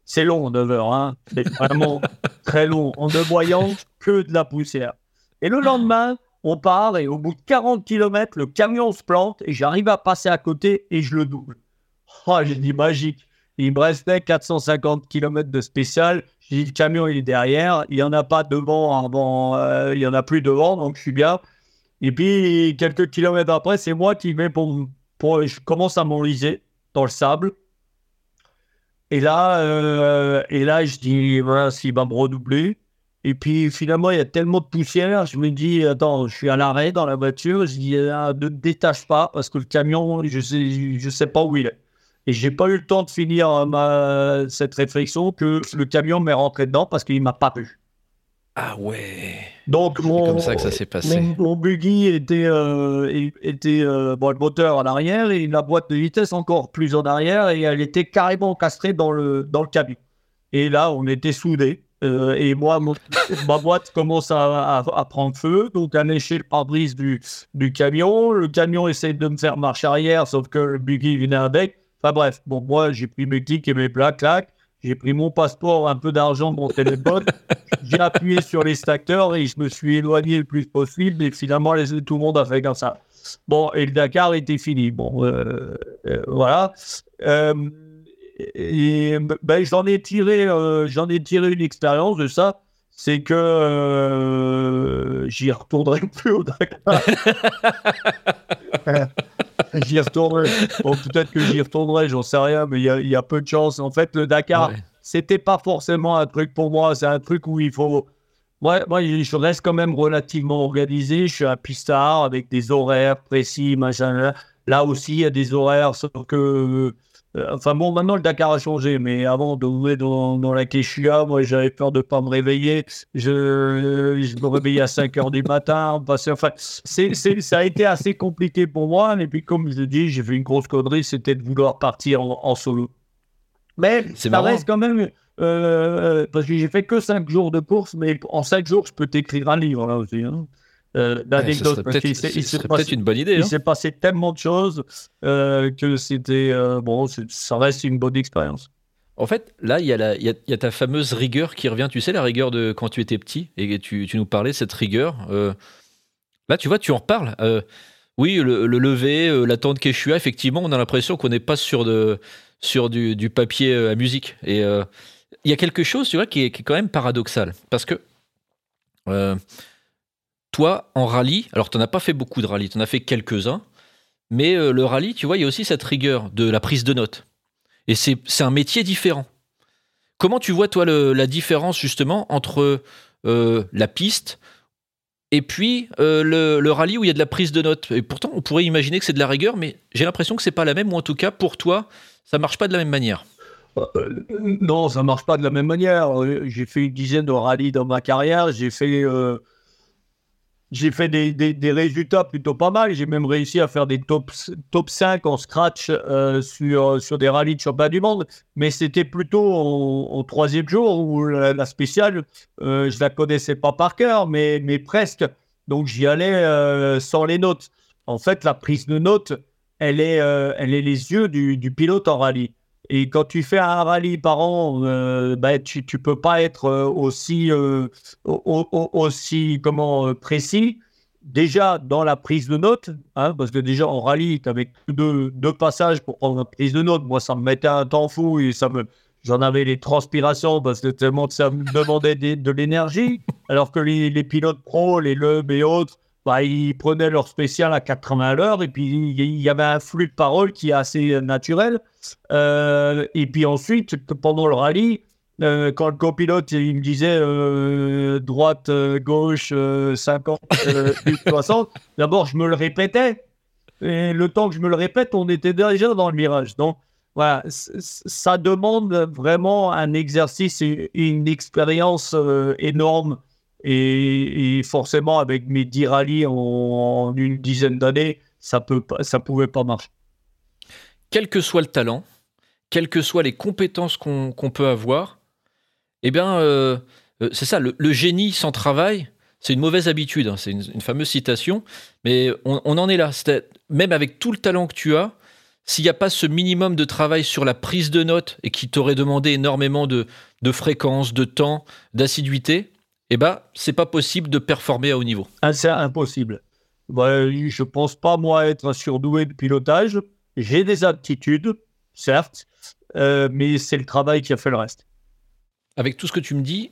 C'est long, neuf heures. Hein. C'est vraiment très long. En ne voyant que de la poussière. Et le lendemain, on part et au bout de quarante kilomètres, le camion se plante et j'arrive à passer à côté et je le double. Oh, j'ai dit magique. Il me restait quatre cent cinquante kilomètres de spécial. J'ai dit le camion il est derrière. Il n'y en a pas devant avant. Euh, il n'y en a plus devant, donc je suis bien. Et puis, quelques kilomètres après, c'est moi qui vais pour, pour... Je commence à m'enliser dans le sable. Et là, euh, et là je dis, voilà, s'il va me redoubler. Et puis, finalement, il y a tellement de poussière. Je me dis, attends, je suis à l'arrêt dans la voiture. Je dis, ah, ne te détache pas parce que le camion, je sais, je sais pas où il est. Et j'ai pas eu le temps de finir ma, cette réflexion que le camion m'est rentré dedans parce qu'il m'a pas vu. Ah ouais. Donc C'est mon, comme ça que ça s'est passé. mon, mon buggy était, euh, était euh, bon, le moteur en arrière et la boîte de vitesse encore plus en arrière et elle était carrément encastrée dans le, dans le camion. Et là, on était soudés. Euh, et moi, mon, ma boîte commence à, à, à prendre feu, donc à lécher le pare-brise du, du camion. Le camion essaie de me faire marche arrière, sauf que le buggy venait avec. Enfin bref, bon, moi, j'ai pris mes clics et mes plaques, clac. J'ai pris mon passeport, un peu d'argent, mon téléphone. J'ai appuyé sur les starters et je me suis éloigné le plus possible. Et finalement, les, tout le monde a fait comme ça. Bon, et le Dakar était fini. Bon, euh, euh, voilà. Euh, et ben, j'en ai tiré, euh, j'en ai tiré une expérience de ça. C'est que euh, j'y retournerai plus au Dakar. J'y retournerai. Bon, peut-être que j'y retournerai, j'en sais rien, mais il y, y a peu de chance. En fait, le Dakar, ouais. C'était pas forcément un truc pour moi. C'est un truc où il faut. Moi, moi, je reste quand même relativement organisé. Je suis un pistard avec des horaires précis, machin. Là aussi, il y a des horaires, sauf que. Euh, enfin bon, maintenant le Dakar a changé, mais avant de rouler dans, dans la Quechua, moi j'avais peur de ne pas me réveiller. Je, je me réveillais à cinq heures du matin. Parce, enfin, c'est, c'est, ça a été assez compliqué pour moi. Et puis, comme je dis, j'ai fait une grosse connerie, c'était de vouloir partir en, en solo. Mais c'est ça marrant. Reste quand même. Euh, parce que j'ai fait que cinq jours de course, mais en cinq jours, je peux t'écrire un livre là aussi. Hein. Euh, d'anecdotes. Ouais, ce serait peut-être, il serait passé, peut-être une bonne idée. Il hein. s'est passé tellement de choses euh, que c'était euh, bon, c'est, ça reste une bonne expérience. En fait, là, il y, a il, y a, il y a ta fameuse rigueur qui revient. Tu sais, la rigueur de quand tu étais petit et tu, tu nous parlais de cette rigueur. Euh, là, tu vois, tu en reparles. Euh, oui, le, le lever, euh, la tente Quechua, effectivement, on a l'impression qu'on n'est pas sur, de, sur du, du papier à musique. Et euh, il y a quelque chose, tu vois, qui est, qui est quand même paradoxal. Parce que euh, toi, en rallye, alors tu n'en as pas fait beaucoup de rallye, tu en as fait quelques-uns, mais euh, le rallye, tu vois, il y a aussi cette rigueur de la prise de notes. Et c'est, c'est un métier différent. Comment tu vois, toi, le, la différence, justement, entre euh, la piste et puis euh, le, le rallye où il y a de la prise de notes? Et pourtant, on pourrait imaginer que c'est de la rigueur, mais j'ai l'impression que c'est pas la même, ou en tout cas, pour toi, ça marche pas de la même manière. Euh, non, ça marche pas de la même manière. J'ai fait une dizaine de rallyes dans ma carrière. J'ai fait, euh, j'ai fait des, des, des résultats plutôt pas mal. J'ai même réussi à faire des top, top cinq en scratch euh, sur, sur des rallyes de championnat du monde. Mais c'était plutôt au, au troisième jour où la, la spéciale, euh, je la connaissais pas par cœur, mais, mais presque. Donc j'y allais euh, sans les notes. En fait, la prise de notes, elle est, euh, elle est les yeux du, du pilote en rallye. Et quand tu fais un rallye par an, euh, bah, tu ne peux pas être euh, aussi, euh, au, au, aussi comment, euh, précis. Déjà dans la prise de notes, hein, parce que déjà en rallye, tu avais deux, deux passages pour prendre une prise de notes. Moi, ça me mettait un temps fou et ça me, j'en avais les transpirations parce que tellement ça me demandait de, de l'énergie. Alors que les, les pilotes pros, les Loeb et autres, bah, ils prenaient leur spécial à quatre-vingts à l'heure et puis il y avait un flux de parole qui est assez naturel. Euh, et puis ensuite, pendant le rallye, euh, quand le copilote il me disait euh, droite, euh, gauche, euh, cinquante, euh, soixante, d'abord je me le répétais. Et le temps que je me le répète, on était déjà dans le virage. Donc voilà, c- ça demande vraiment un exercice et une expérience euh, énorme. Et, et forcément, avec mes dix rallyes en, en une dizaine d'années, ça peut pas, ça pouvait pas marcher. Quel que soit le talent, quelles que soient les compétences qu'on, qu'on peut avoir, eh bien, euh, c'est ça, le, le génie sans travail, c'est une mauvaise habitude, hein, c'est une, une fameuse citation, mais on, on en est là. C'est, même avec tout le talent que tu as, s'il n'y a pas ce minimum de travail sur la prise de notes et qui t'aurait demandé énormément de, de fréquence, de temps, d'assiduité, eh ben, c'est pas possible de performer à haut niveau. Ah, c'est impossible. Bah, je pense pas, moi, être un surdoué de pilotage. J'ai des aptitudes, certes, euh, mais c'est le travail qui a fait le reste. Avec tout ce que tu me dis,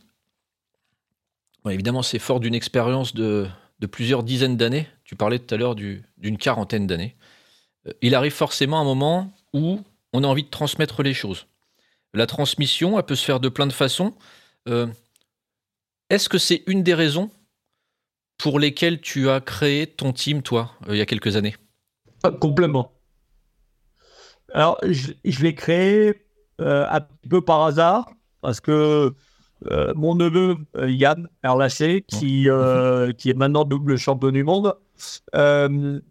bon, évidemment, c'est fort d'une expérience de, de plusieurs dizaines d'années. Tu parlais tout à l'heure du, d'une quarantaine d'années. Euh, il arrive forcément un moment où on a envie de transmettre les choses. La transmission, elle peut se faire de plein de façons. Euh, est-ce que c'est une des raisons pour lesquelles tu as créé ton team, toi, euh, il y a quelques années? Ah, complètement. Alors, je, je l'ai créé euh, un petit peu par hasard, parce que euh, mon neveu, euh, Yann Erlaché, qui, euh, qui est maintenant double champion du monde, euh,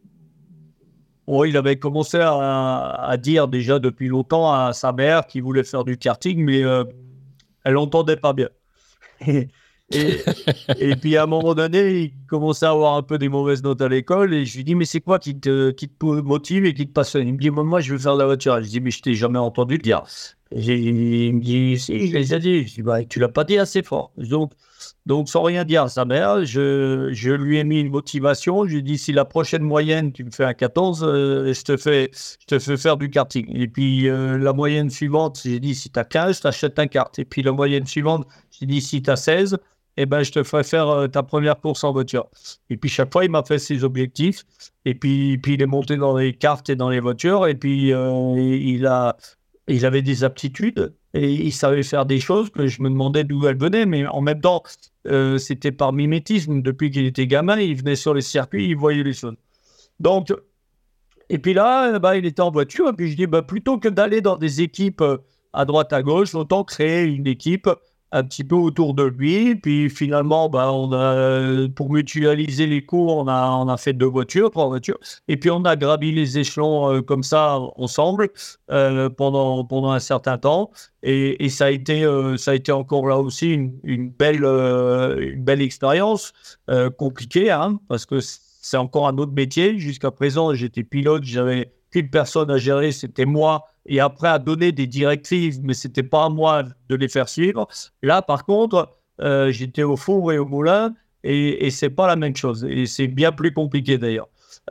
bon, il avait commencé à, à dire déjà depuis longtemps à sa mère qu'il voulait faire du karting, mais euh, elle n'entendait pas bien. Et, et, et puis à un moment donné, il commençait à avoir un peu des mauvaises notes à l'école et je lui dis mais c'est quoi qui te, qui te motive et qui te passionne? Il me dit moi je veux faire de la voiture. Je dis mais je t'ai jamais entendu le dire. J'ai, il me dit si, je les ai dit. Je dis bah tu l'as pas dit assez fort. Donc, donc sans rien dire à sa mère, je, je lui ai mis une motivation. Je lui ai dit si la prochaine moyenne tu me fais un quatorze, euh, je te fais je te fais faire du karting. Et puis euh, la moyenne suivante, j'ai dit si tu as quinze, je t'achète un kart. Et puis la moyenne suivante, j'ai dit si tu as seize, eh ben, je te ferai faire euh, ta première course en voiture. Et puis, chaque fois, il m'a fait ses objectifs. Et puis, puis il est monté dans les karts et dans les voitures. Et puis, euh, il, a, il avait des aptitudes. Et il savait faire des choses que je me demandais d'où elles venaient. Mais en même temps, euh, c'était par mimétisme. Depuis qu'il était gamin, il venait sur les circuits, il voyait les choses. Donc, et puis là, bah, il était en voiture. Et puis, je dis, bah, plutôt que d'aller dans des équipes à droite, à gauche, autant créer une équipe un petit peu autour de lui, puis finalement, bah, on a, pour mutualiser les coûts, on a, on a fait deux voitures, trois voitures, et puis on a gravi les échelons euh, comme ça ensemble euh, pendant, pendant un certain temps, et, et ça a été, euh, ça a été encore là aussi une, une belle, euh, une belle expérience, euh, compliquée, hein, parce que c'est encore un autre métier. Jusqu'à présent, j'étais pilote, j'avais qu'une personne à gérer, c'était moi, et après à donner des directives, mais c'était pas à moi de les faire suivre. Là, par contre, euh, j'étais au four et au moulin, et, et c'est pas la même chose, et c'est bien plus compliqué d'ailleurs.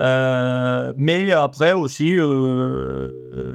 Euh, mais après aussi, euh,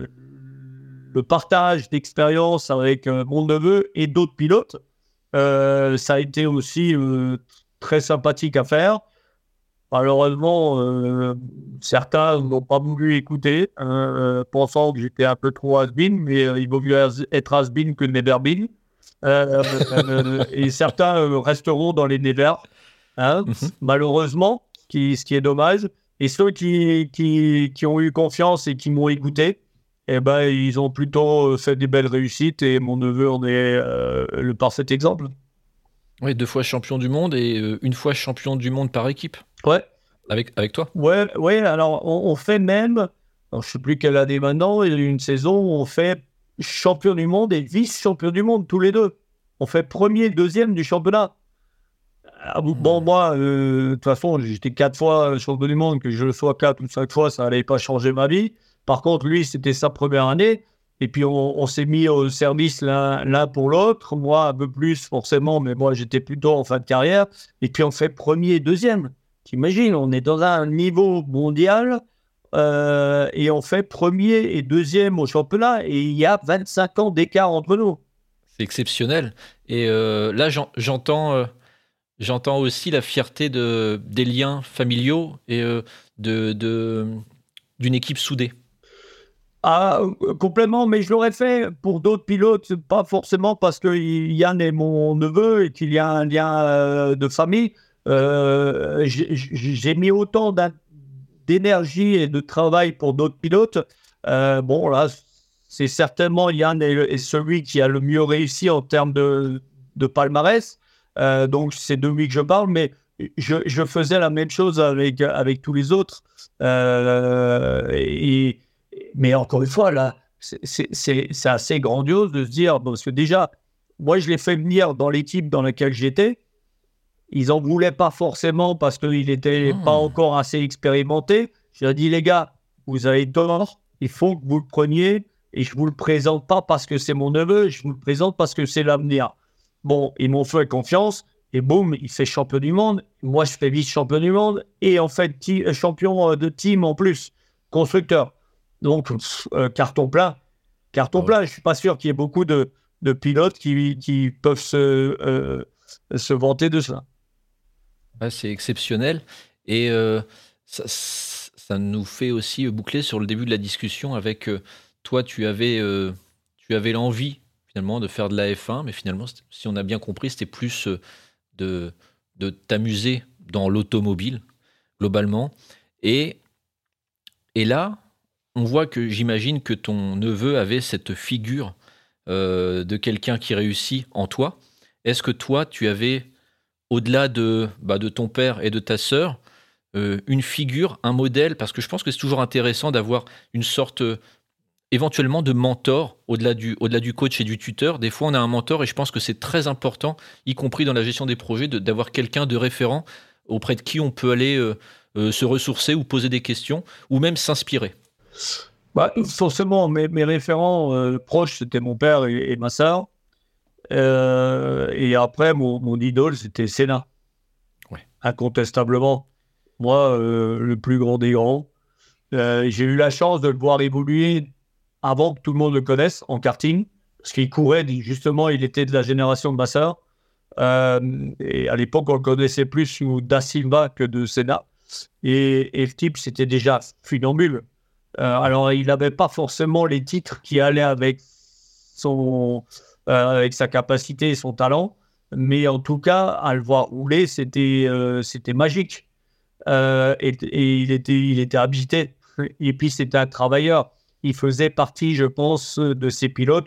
le partage d'expérience avec euh, mon neveu et d'autres pilotes, euh, ça a été aussi euh, très sympathique à faire. Malheureusement, euh, certains n'ont pas voulu écouter, euh, pensant que j'étais un peu trop has-been, mais euh, il vaut mieux être has-been que never-been. Euh, euh, et certains euh, resteront dans les never, hein, mm-hmm. malheureusement, qui, ce qui est dommage. Et ceux qui, qui, qui ont eu confiance et qui m'ont écouté, eh ben, ils ont plutôt fait des belles réussites, et mon neveu en est euh, le parfait exemple. Oui, deux fois champion du monde et euh, une fois champion du monde par équipe. Ouais. Avec, avec toi. Ouais, ouais, alors on, on fait même, alors, je ne sais plus quelle année maintenant, il y a eu une saison où on fait champion du monde et vice-champion du monde, tous les deux. On fait premier et deuxième du championnat. Alors, bon, mmh. moi, euh, de toute façon, j'étais quatre fois champion du monde, que je le sois quatre ou cinq fois, ça n'allait pas changer ma vie. Par contre, lui, c'était sa première année. Et puis, on, on s'est mis au service l'un, l'un pour l'autre. Moi, un peu plus, forcément, mais moi, j'étais plutôt en fin de carrière. Et puis, on fait premier et deuxième. T'imagines, on est dans un niveau mondial euh, et on fait premier et deuxième au championnat et il y a vingt-cinq ans d'écart entre nous. C'est exceptionnel. Et euh, là, j'en, j'entends, euh, j'entends aussi la fierté de, des liens familiaux et euh, de, de, d'une équipe soudée. Ah, complètement, mais je l'aurais fait pour d'autres pilotes, pas forcément parce que Yann est mon neveu et qu'il y a un lien euh, de famille. Euh, j'ai, j'ai mis autant d'énergie et de travail pour d'autres pilotes. Euh, bon, là, c'est certainement Yann est, est celui qui a le mieux réussi en termes de, de palmarès. Euh, donc, c'est de lui que je parle, mais je, je faisais la même chose avec, avec tous les autres. Euh, et, mais encore une fois, là, c'est, c'est, c'est, c'est assez grandiose de se dire, parce que déjà, moi, je l'ai fait venir dans l'équipe dans laquelle j'étais. Ils n'en voulaient pas forcément parce qu'il n'était mmh. pas encore assez expérimenté. J'ai dit, les gars, vous avez tort, il faut que vous le preniez et je ne vous le présente pas parce que c'est mon neveu, je vous le présente parce que c'est l'avenir. Bon, ils m'ont fait confiance et boum, il fait champion du monde. Moi, je fais vice-champion du monde et en fait, ti- champion de team en plus, constructeur. Donc, euh, carton plein. Carton Ouais. plein. Je ne suis pas sûr qu'il y ait beaucoup de, de pilotes qui, qui peuvent se, euh, se vanter de cela. Ouais, c'est exceptionnel. Et euh, ça, ça nous fait aussi boucler sur le début de la discussion avec euh, toi, tu avais, euh, tu avais l'envie finalement de faire de la F un, mais finalement, si on a bien compris, c'était plus euh, de, de t'amuser dans l'automobile, globalement. Et, et là, on voit que j'imagine que ton neveu avait cette figure euh, de quelqu'un qui réussit en toi. Est-ce que toi, tu avais, au-delà de, bah, de ton père et de ta sœur, euh, une figure, un modèle? Parce que je pense que c'est toujours intéressant d'avoir une sorte, euh, éventuellement, de mentor, au-delà du, au-delà du coach et du tuteur. Des fois, on a un mentor et je pense que c'est très important, y compris dans la gestion des projets, de, d'avoir quelqu'un de référent auprès de qui on peut aller euh, euh, se ressourcer ou poser des questions ou même s'inspirer. Bah, forcément, mes, mes référents euh, proches, c'était mon père et, et ma sœur. Euh, et après, mon, mon idole, c'était Senna. Ouais. Incontestablement. Moi, euh, le plus grand des grands. Euh, j'ai eu la chance de le voir évoluer avant que tout le monde le connaisse en karting. Parce qu'il courait, justement, il était de la génération de ma sœur. Euh, et à l'époque, on le connaissait plus sous Da Silva que de Senna. Et, et le type, c'était déjà funambule. Euh, alors, il n'avait pas forcément les titres qui allaient avec, son, euh, avec sa capacité et son talent, mais en tout cas, à le voir rouler, c'était, euh, c'était magique. Euh, et, et il était, il était habité. Et puis, c'était un travailleur. Il faisait partie, je pense, de ces pilotes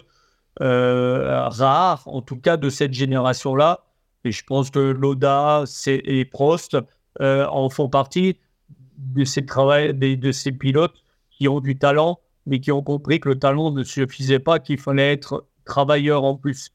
euh, rares, en tout cas de cette génération-là. Et je pense que Lauda et Prost euh, en font partie de ces, travail, de, de ces pilotes qui ont du talent, mais qui ont compris que le talent ne suffisait pas, qu'il fallait être travailleur en plus.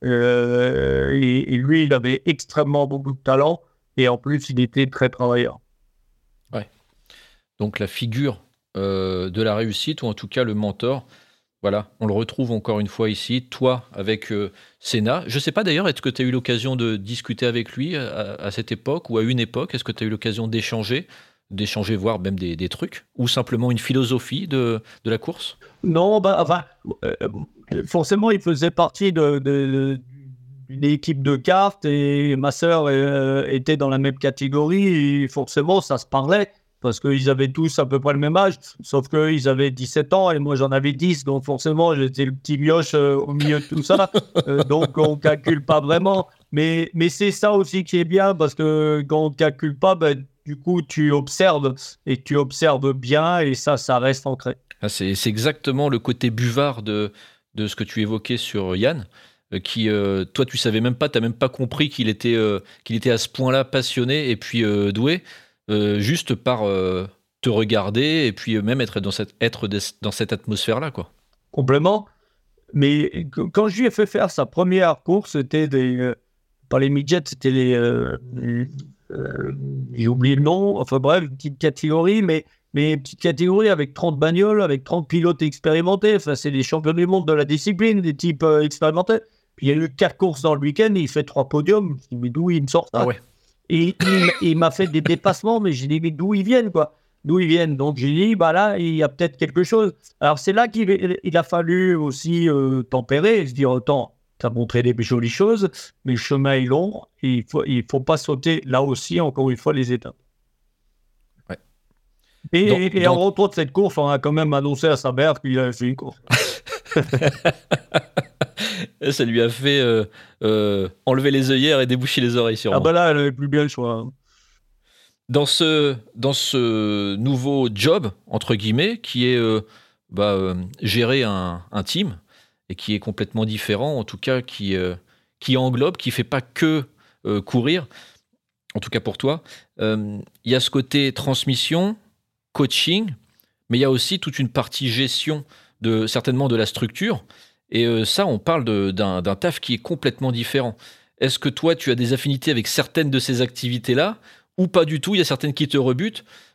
Euh, et, et lui, il avait extrêmement beaucoup de talent, et en plus, il était très travailleur. Ouais. Donc la figure euh, de la réussite, ou en tout cas le mentor, voilà, on le retrouve encore une fois ici, toi avec euh, Senna. Je ne sais pas d'ailleurs, est-ce que tu as eu l'occasion de discuter avec lui à, à cette époque ou à une époque? Est-ce que tu as eu l'occasion d'échanger d'échanger, voire même des, des trucs, ou simplement une philosophie de, de la course? Non, bah, enfin, euh, forcément, il faisait partie de, de, d'une équipe de cartes et ma sœur euh, était dans la même catégorie et forcément, ça se parlait parce qu'ils avaient tous à peu près le même âge, sauf qu'ils avaient dix-sept ans et moi j'en avais dix, donc forcément, j'étais le petit mioche euh, au milieu de tout ça, euh, donc on ne calcule pas vraiment. Mais, mais c'est ça aussi qui est bien parce que quand on ne calcule pas, ben, du coup, tu observes et tu observes bien et ça, ça reste ancré. Ah, c'est, c'est exactement le côté buvard de, de ce que tu évoquais sur Yann, euh, qui, euh, toi, tu savais même pas, tu n'as même pas compris qu'il était, euh, qu'il était à ce point-là passionné et puis euh, doué, euh, juste par euh, te regarder et puis euh, même être dans cette, être des, dans cette atmosphère-là, quoi. Complètement. Mais quand je lui ai fait faire sa première course, c'était des... Euh, pas les midgets, c'était les... Euh, les euh, j'ai oublié le nom, enfin bref, une petite catégorie, mais, mais une petite catégorie avec trente bagnoles, avec trente pilotes expérimentés. Enfin, c'est des champions du monde de la discipline, des types euh, expérimentés. Puis il y a eu quatre courses dans le week-end, et il fait trois podiums. Je dis, mais d'où il me sort ça? Ah ouais. Et il, il m'a fait des dépassements, mais j'ai dit, mais d'où ils viennent, quoi? D'où ils viennent? Donc j'ai dit, bah là, il y a peut-être quelque chose. Alors c'est là qu'il il a fallu aussi euh, tempérer et se dire, autant, tu as montré des jolies choses, mais le chemin est long et il faut, il faut pas sauter là aussi, encore une fois, les étapes. Ouais. Et, donc, et, et donc... en retour de cette course, on a quand même annoncé à sa mère qu'il avait fait une course. Ça lui a fait euh, euh, enlever les œillères et déboucher les oreilles, sûrement. Ah bah là, elle avait plus bien le choix. Dans ce, dans ce nouveau job, entre guillemets, qui est euh, bah, euh, gérer un, un team, et qui est complètement différent, en tout cas, qui, euh, qui englobe, qui ne fait pas que euh, courir, en tout cas pour toi, il euh, y a ce côté transmission, coaching, mais il y a aussi toute une partie gestion, de, certainement de la structure, et euh, ça, on parle de, d'un, d'un taf qui est complètement différent. Est-ce que toi, tu as des affinités avec certaines de ces activités-là, ou pas du tout? Il y a certaines qui te rebutent.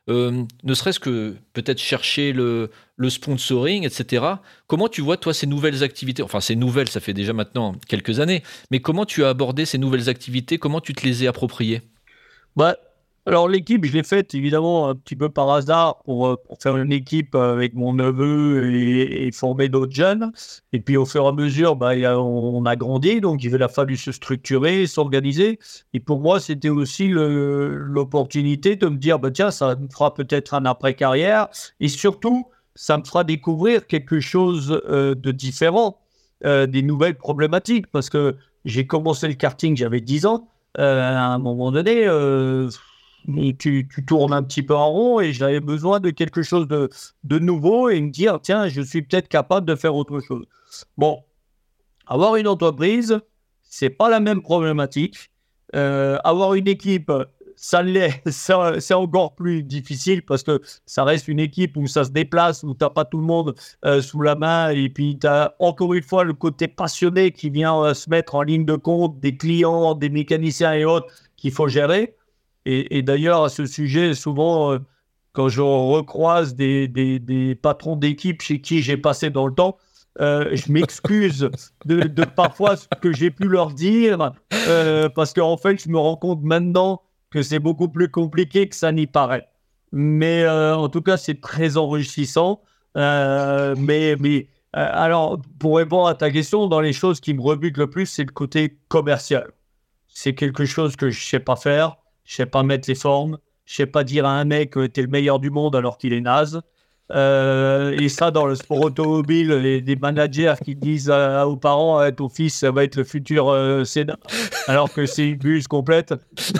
euh, ne serait-ce que peut-être chercher le, le sponsoring, et cetera. Comment tu vois, toi, ces nouvelles activités? Enfin, ces nouvelles, ça fait déjà maintenant quelques années, mais comment tu as abordé ces nouvelles activités? Comment tu te les es appropriées? Bah, alors l'équipe, je l'ai faite évidemment un petit peu par hasard pour, euh, pour faire une équipe avec mon neveu et, et former d'autres jeunes. Et puis au fur et à mesure, bah, il y a- on a grandi, donc il a fallu se structurer, s'organiser. Et pour moi, c'était aussi le- l'opportunité de me dire, bah, tiens, ça me fera peut-être un après-carrière. Et surtout, ça me fera découvrir quelque chose euh, de différent, euh, des nouvelles problématiques. Parce que j'ai commencé le karting, j'avais dix ans. Euh, à un moment donné, euh, tu, tu tournes un petit peu en rond et j'avais besoin de quelque chose de, de nouveau et me dire, tiens, je suis peut-être capable de faire autre chose. Bon, avoir une entreprise, c'est pas la même problématique. Euh, avoir une équipe, ça l'est, ça- c'est encore plus difficile parce que ça reste une équipe où ça se déplace, où t'as pas tout le monde euh, sous la main et puis tu as encore une fois le côté passionné qui vient euh, se mettre en ligne de compte, des clients, des mécaniciens et autres qu'il faut gérer. Et, et d'ailleurs, à ce sujet, souvent, euh, quand je recroise des, des, des patrons d'équipe chez qui j'ai passé dans le temps, euh, je m'excuse de, de parfois ce que j'ai pu leur dire, euh, parce qu'en fait, je me rends compte maintenant que c'est beaucoup plus compliqué que ça n'y paraît. Mais euh, en tout cas, c'est très enrichissant. Euh, mais mais euh, alors, pour répondre à ta question, dans les choses qui me rebutent le plus, c'est le côté commercial. C'est quelque chose que je sais pas faire. Je sais pas mettre les formes. Je sais pas dire à un mec que t'es le meilleur du monde alors qu'il est naze. Euh, et ça, dans le sport automobile, les, des managers qui disent à- aux parents, eh, ton fils, ça va être le futur euh, Senna, alors que c'est une buse complète.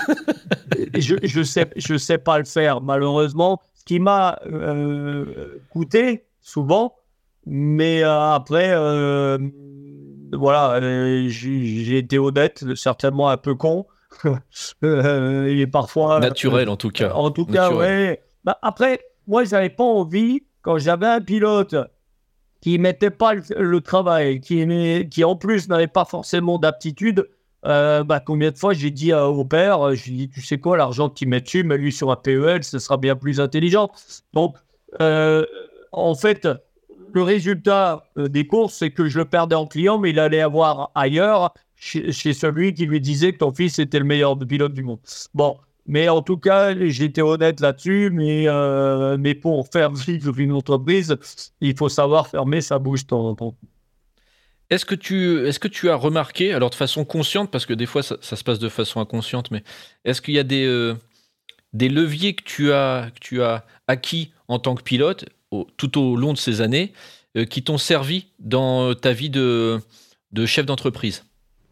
Et Je, je sais, je sais pas le faire, malheureusement. Ce qui m'a euh, coûté souvent, mais euh, après, euh, voilà, euh, j'ai j'ai été honnête, certainement un peu con, Euh, et parfois, Naturel, en tout euh, cas. en tout cas, Naturel. ouais. Bah, après, moi, j'avais pas envie, quand j'avais un pilote qui mettait pas le, le travail, qui, aimait- qui en plus n'avait pas forcément d'aptitude. Euh, bah, combien de fois j'ai dit euh, au père, euh, j'ai dit, tu sais quoi, l'argent que tu mets dessus, mets-lui sur un P E L, ce sera bien plus intelligent. Donc, euh, en fait, le résultat euh, des courses, c'est que je le perdais en client, mais il allait avoir ailleurs, chez, chez celui qui lui disait que ton fils était le meilleur pilote du monde. Bon, mais en tout cas, j'étais honnête là-dessus, mais, euh, mais pour faire vivre une entreprise, il faut savoir fermer sa bouche de temps en temps. Est-ce que tu, est-ce que tu as remarqué, alors de façon consciente, parce que des fois ça, ça se passe de façon inconsciente, mais est-ce qu'il y a des, euh, des leviers que tu as, que tu as acquis en tant que pilote au- tout au long de ces années euh, qui t'ont servi dans ta vie de, de chef d'entreprise?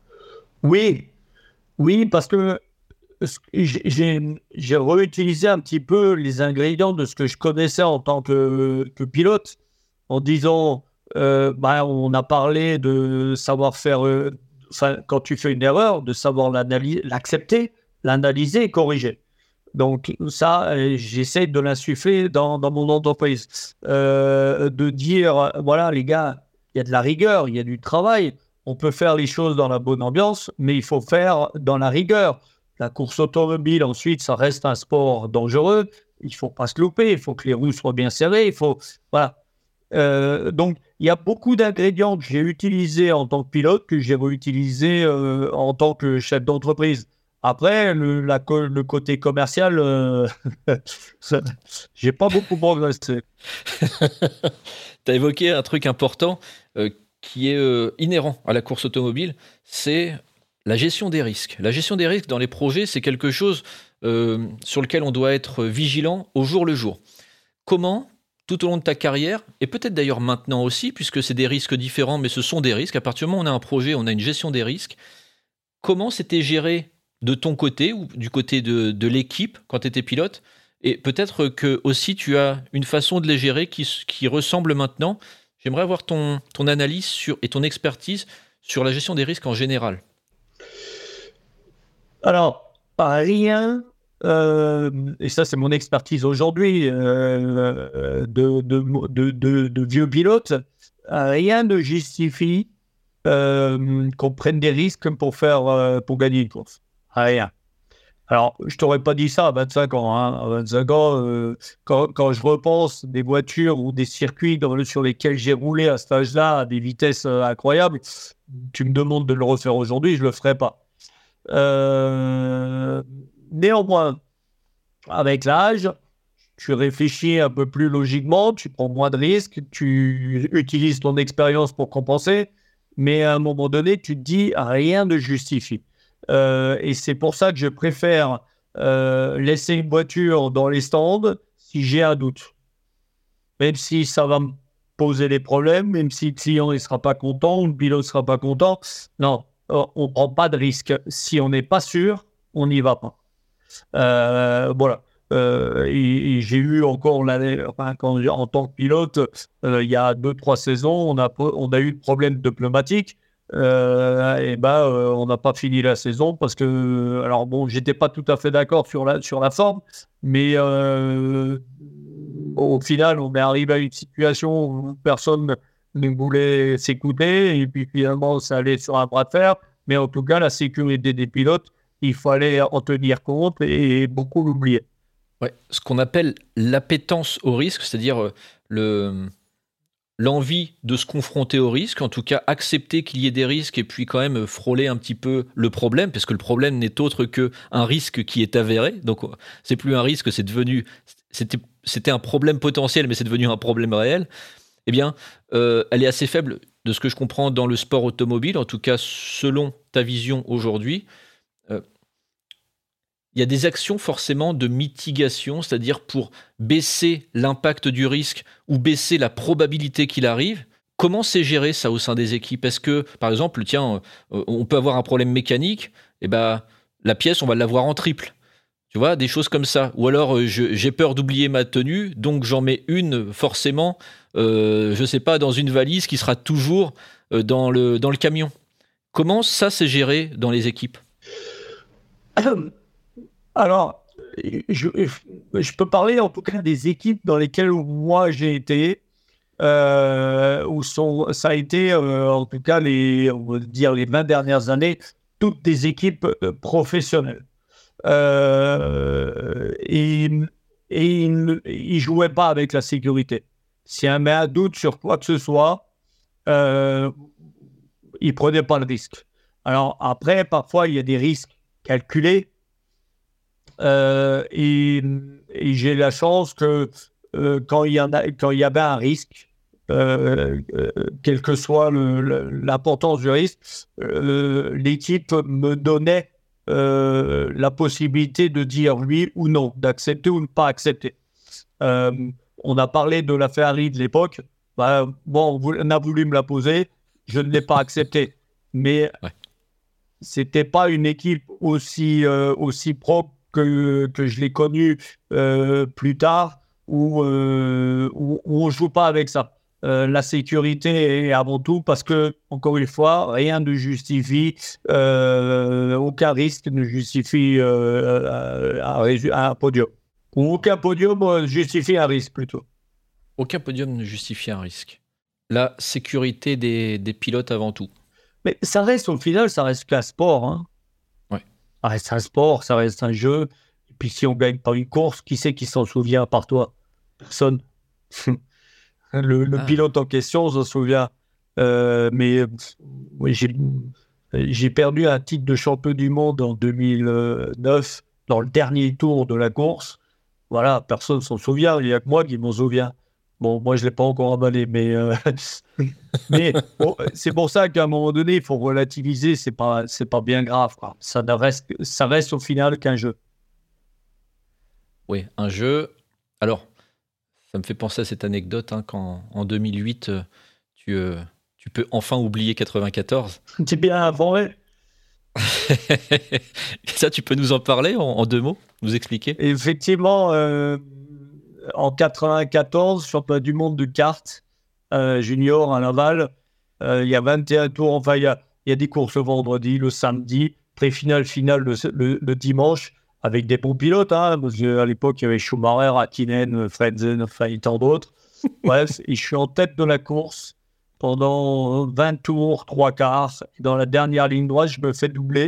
Oui, oui, parce que ce- j'ai j'ai- j'ai réutilisé un petit peu les ingrédients de ce que je connaissais en tant que, que pilote, en disant, euh, bah, on a parlé de savoir faire, euh, enfin, quand tu fais une erreur, de savoir l'analyser, l'accepter, l'analyser et corriger. Donc ça, euh, j'essaie de l'insuffler dans, dans mon entreprise. Euh, de dire, voilà les gars, il y a de la rigueur, il y a du travail, on peut faire les choses dans la bonne ambiance, mais il faut faire dans la rigueur. La course automobile, ensuite, ça reste un sport dangereux, il ne faut pas se louper, il faut que les roues soient bien serrées, il faut... Voilà. Euh, donc, il y a beaucoup d'ingrédients que j'ai utilisés en tant que pilote, que j'ai réutilisés euh, en tant que chef d'entreprise. Après, le, la co- le côté commercial, euh, ça- j'ai pas beaucoup progressé. Tu as évoqué un truc important euh, qui est euh, inhérent à la course automobile, c'est la gestion des risques. La gestion des risques dans les projets, c'est quelque chose euh, sur lequel on doit être vigilant au jour le jour. Comment, tout au long de ta carrière, et peut-être d'ailleurs maintenant aussi, puisque c'est des risques différents, mais ce sont des risques, à partir du moment où on a un projet, on a une gestion des risques, comment c'était géré de ton côté ou du côté de, de l'équipe quand tu étais pilote? Et peut-être que aussi tu as une façon de les gérer qui, qui ressemble maintenant. J'aimerais avoir ton, ton analyse sur, et ton expertise sur la gestion des risques en général. Alors, pas rien, euh, et ça c'est mon expertise aujourd'hui, euh, de, de, de, de, de vieux pilote, rien ne justifie euh, qu'on prenne des risques pour faire, euh, pour gagner une course. Rien. Alors, je t'aurais pas dit ça à vingt-cinq ans. Hein. À vingt-cinq ans, euh, quand, quand je repense des voitures ou des circuits dans le, sur lesquels j'ai roulé à cet âge-là à des vitesses euh, incroyables, tu me demandes de le refaire aujourd'hui, je le ferai pas. Euh, néanmoins, avec l'âge, tu réfléchis un peu plus logiquement, tu prends moins de risques, tu utilises ton expérience pour compenser, mais à un moment donné, tu te dis rien ne justifie. Euh, et c'est pour ça que je préfère euh, laisser une voiture dans les stands si j'ai un doute. Même si ça va me poser des problèmes, même si le client ne sera pas content, le pilote ne sera pas content. Non, on ne prend pas de risque. Si on n'est pas sûr, on n'y va pas. Euh, voilà. Euh, et, et j'ai eu encore l'année, enfin, quand, en tant que pilote, euh, il y a deux, trois saisons, on a, on a eu le problème de pneumatique. Euh, et ben, euh, on n'a pas fini la saison parce que, alors bon, j'étais pas tout à fait d'accord sur la, sur la forme, mais euh, au final, on est arrivé à une situation où personne ne voulait s'écouter et puis finalement, ça allait sur un bras de fer. Mais en tout cas, la sécurité des pilotes, il fallait en tenir compte et beaucoup l'oublier. Ouais, ce qu'on appelle l'appétence au risque, c'est-à-dire euh, le, l'envie de se confronter au risque, en tout cas accepter qu'il y ait des risques et puis quand même frôler un petit peu le problème, parce que le problème n'est autre qu'un risque qui est avéré. Donc c'est plus un risque, c'est devenu, c'était, c'était un problème potentiel, mais c'est devenu un problème réel. Eh bien, euh, elle est assez faible de ce que je comprends dans le sport automobile, en tout cas selon ta vision aujourd'hui. Euh, Il y a des actions forcément de mitigation, c'est-à-dire pour baisser l'impact du risque ou baisser la probabilité qu'il arrive. Comment c'est géré ça au sein des équipes ? Est-ce que, par exemple, tiens, euh, on peut avoir un problème mécanique, et ben, la pièce, on va l'avoir en triple. Tu vois, des choses comme ça. Ou alors, euh, je, j'ai peur d'oublier ma tenue, donc j'en mets une forcément, euh, je ne sais pas, dans une valise qui sera toujours euh, dans le, dans le camion. Comment ça c'est géré dans les équipes ? Alors, je, je peux parler en tout cas des équipes dans lesquelles moi j'ai été, euh, où sont, ça a été euh, en tout cas les, on va dire les vingt dernières années, toutes des équipes euh, professionnelles. Euh, et, et ils ne jouaient pas avec la sécurité. Si un met un doute sur quoi que ce soit, euh, ils ne prenaient pas le risque. Alors après, parfois, il y a des risques calculés. Euh, et, et j'ai la chance que euh, quand il y en a, quand il y avait un risque, euh, euh, quelle que soit le, le, l'importance du risque, euh, l'équipe me donnait euh, la possibilité de dire oui ou non, d'accepter ou ne pas accepter. Euh, on a parlé de la Ferrari de l'époque. Bah, bon, on a voulu me la poser, je ne l'ai pas acceptée, mais ouais. C'était pas une équipe aussi euh, aussi propre que, que je l'ai connu euh, plus tard, où, euh, où, où on ne joue pas avec ça. Euh, la sécurité est avant tout parce que, encore une fois, rien ne justifie, euh, aucun risque ne justifie euh, un, un podium. Ou aucun podium justifie un risque plutôt. Aucun podium ne justifie un risque. La sécurité des, des pilotes avant tout. Mais ça reste, au final, ça reste qu'un sport. Hein. Ouais. Ça reste un sport, ça reste un jeu. Et puis si on ne gagne pas une course, qui c'est qui s'en souvient à part toi ? Personne. le le ah. pilote en question s'en souvient. Euh, mais oui, j'ai, j'ai perdu un titre de champion du monde en deux mille neuf, dans le dernier tour de la course. Voilà, personne ne s'en souvient. Il n'y a que moi qui m'en souviens. Bon, moi, je ne l'ai pas encore avalé, mais, euh, mais bon, c'est pour ça qu'à un moment donné, il faut relativiser, ce n'est pas, c'est pas bien grave. Quoi. Ça, ne reste, ça reste au final qu'un jeu. Oui, un jeu. Alors, ça me fait penser à cette anecdote, hein, quand en deux mille huit, tu, euh, tu peux enfin oublier quatre-vingt-quatorze. C'est bien avant, ouais. Ça, tu peux nous en parler en, en deux mots, nous expliquer ? Effectivement, euh, en quatre-vingt-quatorze, championnat du monde de kart euh, junior à Laval, euh, il y a vingt et un tours, enfin il y a, il y a des courses le vendredi, le samedi, pré-finale, finale le, le, le dimanche, avec des bons pilotes, hein, parce qu'à l'époque il y avait Schumacher, Hakkinen, Frentzen, enfin et tant d'autres. Bref, et je suis en tête de la course pendant vingt tours, trois quarts. Dans la dernière ligne droite, je me fais doubler.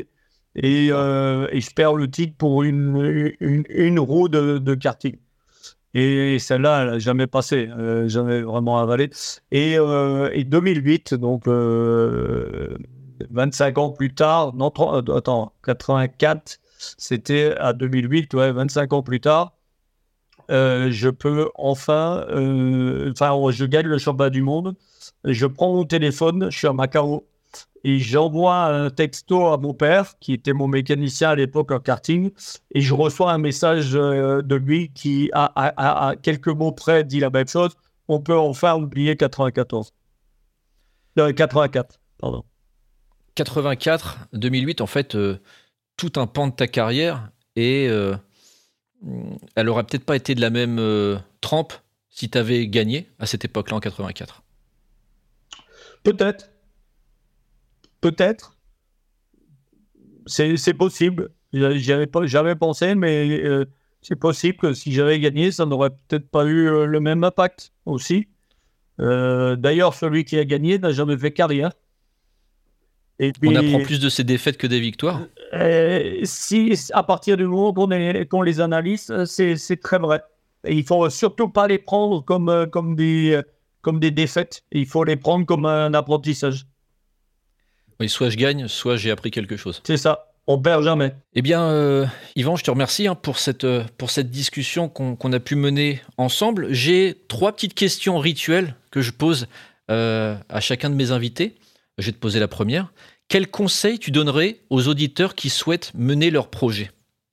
Et, euh, et je perds le titre pour une, une, une roue de, de karting. Et celle-là, elle n'a jamais passé, euh, jamais vraiment avalé. Et, euh, et deux mille huit, donc euh, vingt-cinq ans plus tard, non, trente, attends, quatre-vingt-quatre, c'était à deux mille huit, ouais, vingt-cinq ans plus tard, euh, je peux enfin, euh, enfin, je gagne le championnat du monde. Je prends mon téléphone, je suis à Macao, et j'envoie un texto à mon père, qui était mon mécanicien à l'époque en karting, et je reçois un message euh, de lui qui, à, à, à quelques mots près, dit la même chose. On peut enfin oublier quatre-vingt-quatorze. Euh, quatre-vingt-quatre, pardon. quatre-vingt-quatre, deux mille huit, en fait, euh, tout un pan de ta carrière, et euh, elle aurait peut-être pas été de la même euh, trempe si tu avais gagné à cette époque-là en quatre-vingt-quatre. Peut-être. Peut-être. C'est, c'est possible. J'y avais pas jamais pensé, mais euh, c'est possible que si j'avais gagné, ça n'aurait peut-être pas eu euh, le même impact aussi. Euh, d'ailleurs, celui qui a gagné n'a jamais fait carrière. Et puis, on apprend plus de ses défaites que des victoires. Euh, si, à partir du moment qu'on, est, qu'on les analyse, c'est, c'est très vrai. Et il ne faut surtout pas les prendre comme, comme, des, comme des défaites. Il faut les prendre comme un apprentissage. Oui, soit je gagne, soit j'ai appris quelque chose. C'est ça, on ne perd jamais. Eh bien, euh, Yvan, je te remercie hein, pour, cette, pour cette discussion qu'on, qu'on a pu mener ensemble. J'ai trois petites questions rituelles que je pose euh, à chacun de mes invités. Je vais te poser la première. Quel conseil tu donnerais aux auditeurs qui souhaitent mener leur projet ?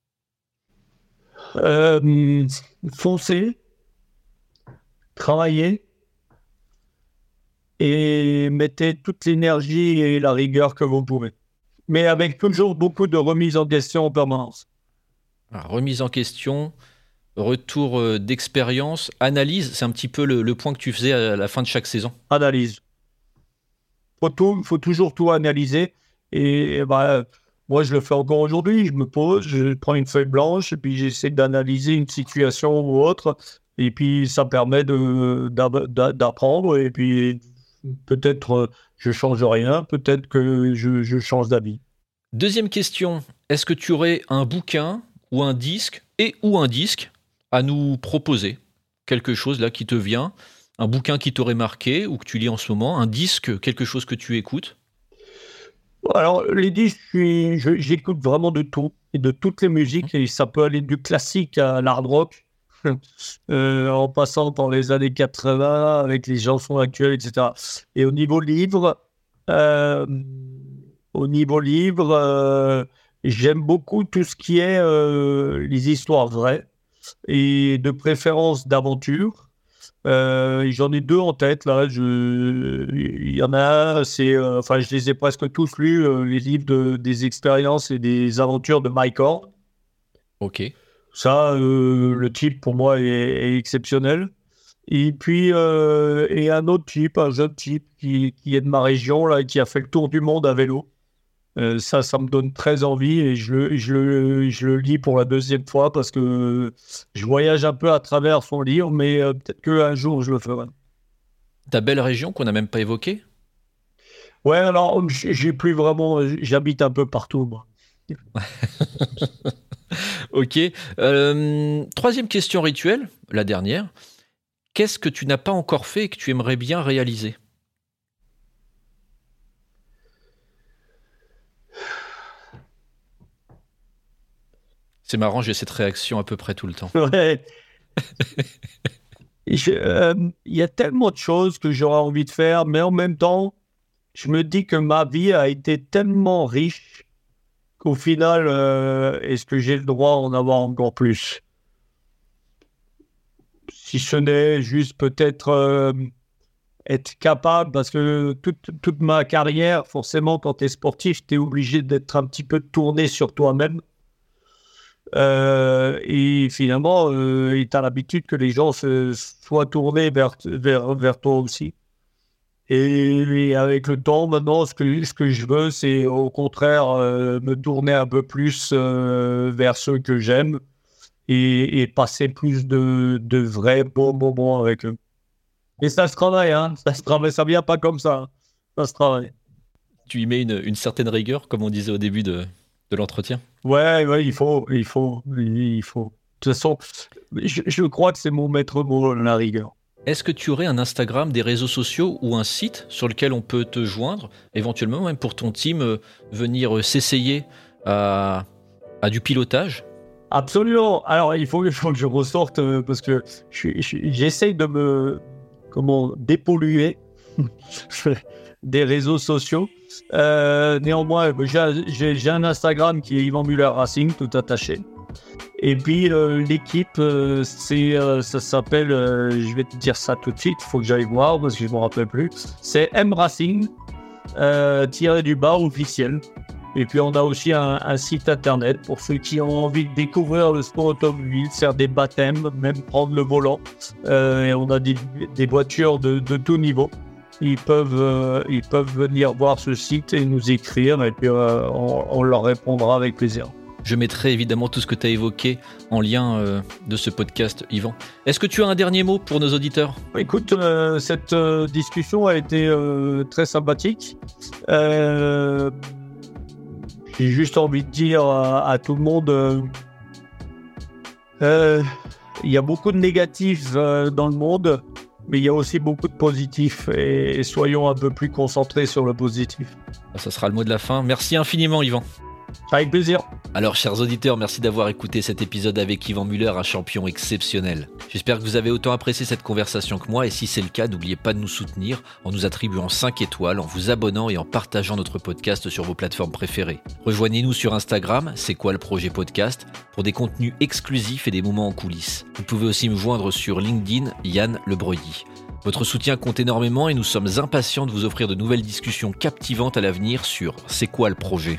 euh, Foncer, travailler et mettez toute l'énergie et la rigueur que vous pouvez. Mais avec toujours beaucoup de remise en question en permanence. Alors, remise en question, retour euh, d'expérience, analyse, c'est un petit peu le, le point que tu faisais à la fin de chaque saison. Analyse. Il faut, faut toujours tout analyser. Et, et bah, moi, je le fais encore aujourd'hui. Je me pose, je prends une feuille blanche et puis j'essaie d'analyser une situation ou autre. Et puis, ça permet de, d'apprendre. Et puis, peut-être je ne change rien, peut-être que je, je change d'avis. Deuxième question, est-ce que tu aurais un bouquin ou un disque et ou un disque à nous proposer ? Quelque chose là qui te vient ? Un bouquin qui t'aurait marqué ou que tu lis en ce moment, un disque, quelque chose que tu écoutes ? Alors, les disques, je, je, j'écoute vraiment de tout, et de toutes les musiques, et ça peut aller du classique à l'hard rock, euh, en passant par les années quatre-vingts, avec les chansons actuelles, et cetera. Et au niveau livre, euh, au niveau livre, euh, j'aime beaucoup tout ce qui est euh, les histoires vraies, et de préférence d'aventure. Euh, j'en ai deux en tête, là. Je... Il y en a un, c'est... Euh, enfin, je les ai presque tous lus, euh, les livres de, des expériences et des aventures de Mike Horn. Ok. Ça, euh, le type, pour moi, est, est exceptionnel. Et puis, euh, et un autre type, un jeune type qui, qui est de ma région, là, et qui a fait le tour du monde à vélo. Euh, ça, ça me donne très envie et je le, je, le, je le lis pour la deuxième fois parce que je voyage un peu à travers son livre, mais euh, peut-être qu'un jour je le ferai. Ta belle région qu'on n'a même pas évoquée ? Ouais, alors j'ai plus vraiment, j'habite un peu partout, moi. Ok. Euh, troisième question rituelle, la dernière. Qu'est-ce que tu n'as pas encore fait et que tu aimerais bien réaliser ? C'est marrant, j'ai cette réaction à peu près tout le temps. Ouais. Il euh, y a tellement de choses que j'aurais envie de faire, mais en même temps, je me dis que ma vie a été tellement riche qu'au final, euh, est-ce que j'ai le droit d'en avoir encore plus ? Si ce n'est juste peut-être euh, être capable, parce que toute, toute ma carrière, forcément, quand tu es sportif, tu es obligé d'être un petit peu tourné sur toi-même. Euh, et finalement, euh, tu as l'habitude que les gens se, soient tournés vers, vers, vers toi aussi. Et, et avec le temps, maintenant, ce que, ce que je veux, c'est au contraire euh, me tourner un peu plus euh, vers ceux que j'aime et, et passer plus de, de vrais bons moments avec eux. Et ça se travaille, hein. Ça se travaille, ça vient pas comme ça. Ça se travaille. Tu y mets une, une certaine rigueur, comme on disait au début de, de l'entretien. Ouais, ouais, il faut, il faut, il faut. De toute façon, je, je crois que c'est mon maître mot, la rigueur. Est-ce que tu aurais un Instagram, des réseaux sociaux ou un site sur lequel on peut te joindre, éventuellement même pour ton team, euh, venir euh, s'essayer à, à du pilotage? Absolument. Alors, il faut, il faut que je ressorte euh, parce que je, je, j'essaye de me comment, dépolluer des réseaux sociaux. Euh, néanmoins, j'ai, j'ai, j'ai un Instagram qui est Yvan Muller Racing, tout attaché. Et puis euh, l'équipe, euh, c'est, euh, ça s'appelle, euh, je vais te dire ça tout de suite, il faut que j'aille voir parce que je ne me rappelle plus. C'est M Racing, euh, tiré du bas officiel. Et puis on a aussi un, un site internet pour ceux qui ont envie de découvrir le sport automobile, faire des baptêmes, même prendre le volant. Euh, et on a des, des voitures de, de tout niveau. Ils peuvent, euh, ils peuvent venir voir ce site et nous écrire et puis euh, on, on leur répondra avec plaisir. Je mettrai évidemment tout ce que tu as évoqué en lien euh, de ce podcast, Yvan. Est-ce que tu as un dernier mot pour nos auditeurs ? Écoute, euh, cette euh, discussion a été euh, très sympathique. Euh, j'ai juste envie de dire à, à tout le monde, euh, euh, il y a beaucoup de négatifs euh, dans le monde, mais il y a aussi beaucoup de positifs. Et, et soyons un peu plus concentrés sur le positif. Ça sera le mot de la fin. Merci infiniment, Yvan. Avec plaisir. Alors, chers auditeurs, merci d'avoir écouté cet épisode avec Yvan Muller, un champion exceptionnel. J'espère que vous avez autant apprécié cette conversation que moi, et si c'est le cas, n'oubliez pas de nous soutenir en nous attribuant cinq étoiles, en vous abonnant et en partageant notre podcast sur vos plateformes préférées. Rejoignez-nous sur Instagram, c'est quoi le projet podcast, pour des contenus exclusifs et des moments en coulisses. Vous pouvez aussi me joindre sur LinkedIn, Yann Le Breuilly. Votre soutien compte énormément et nous sommes impatients de vous offrir de nouvelles discussions captivantes à l'avenir sur C'est quoi le projet ?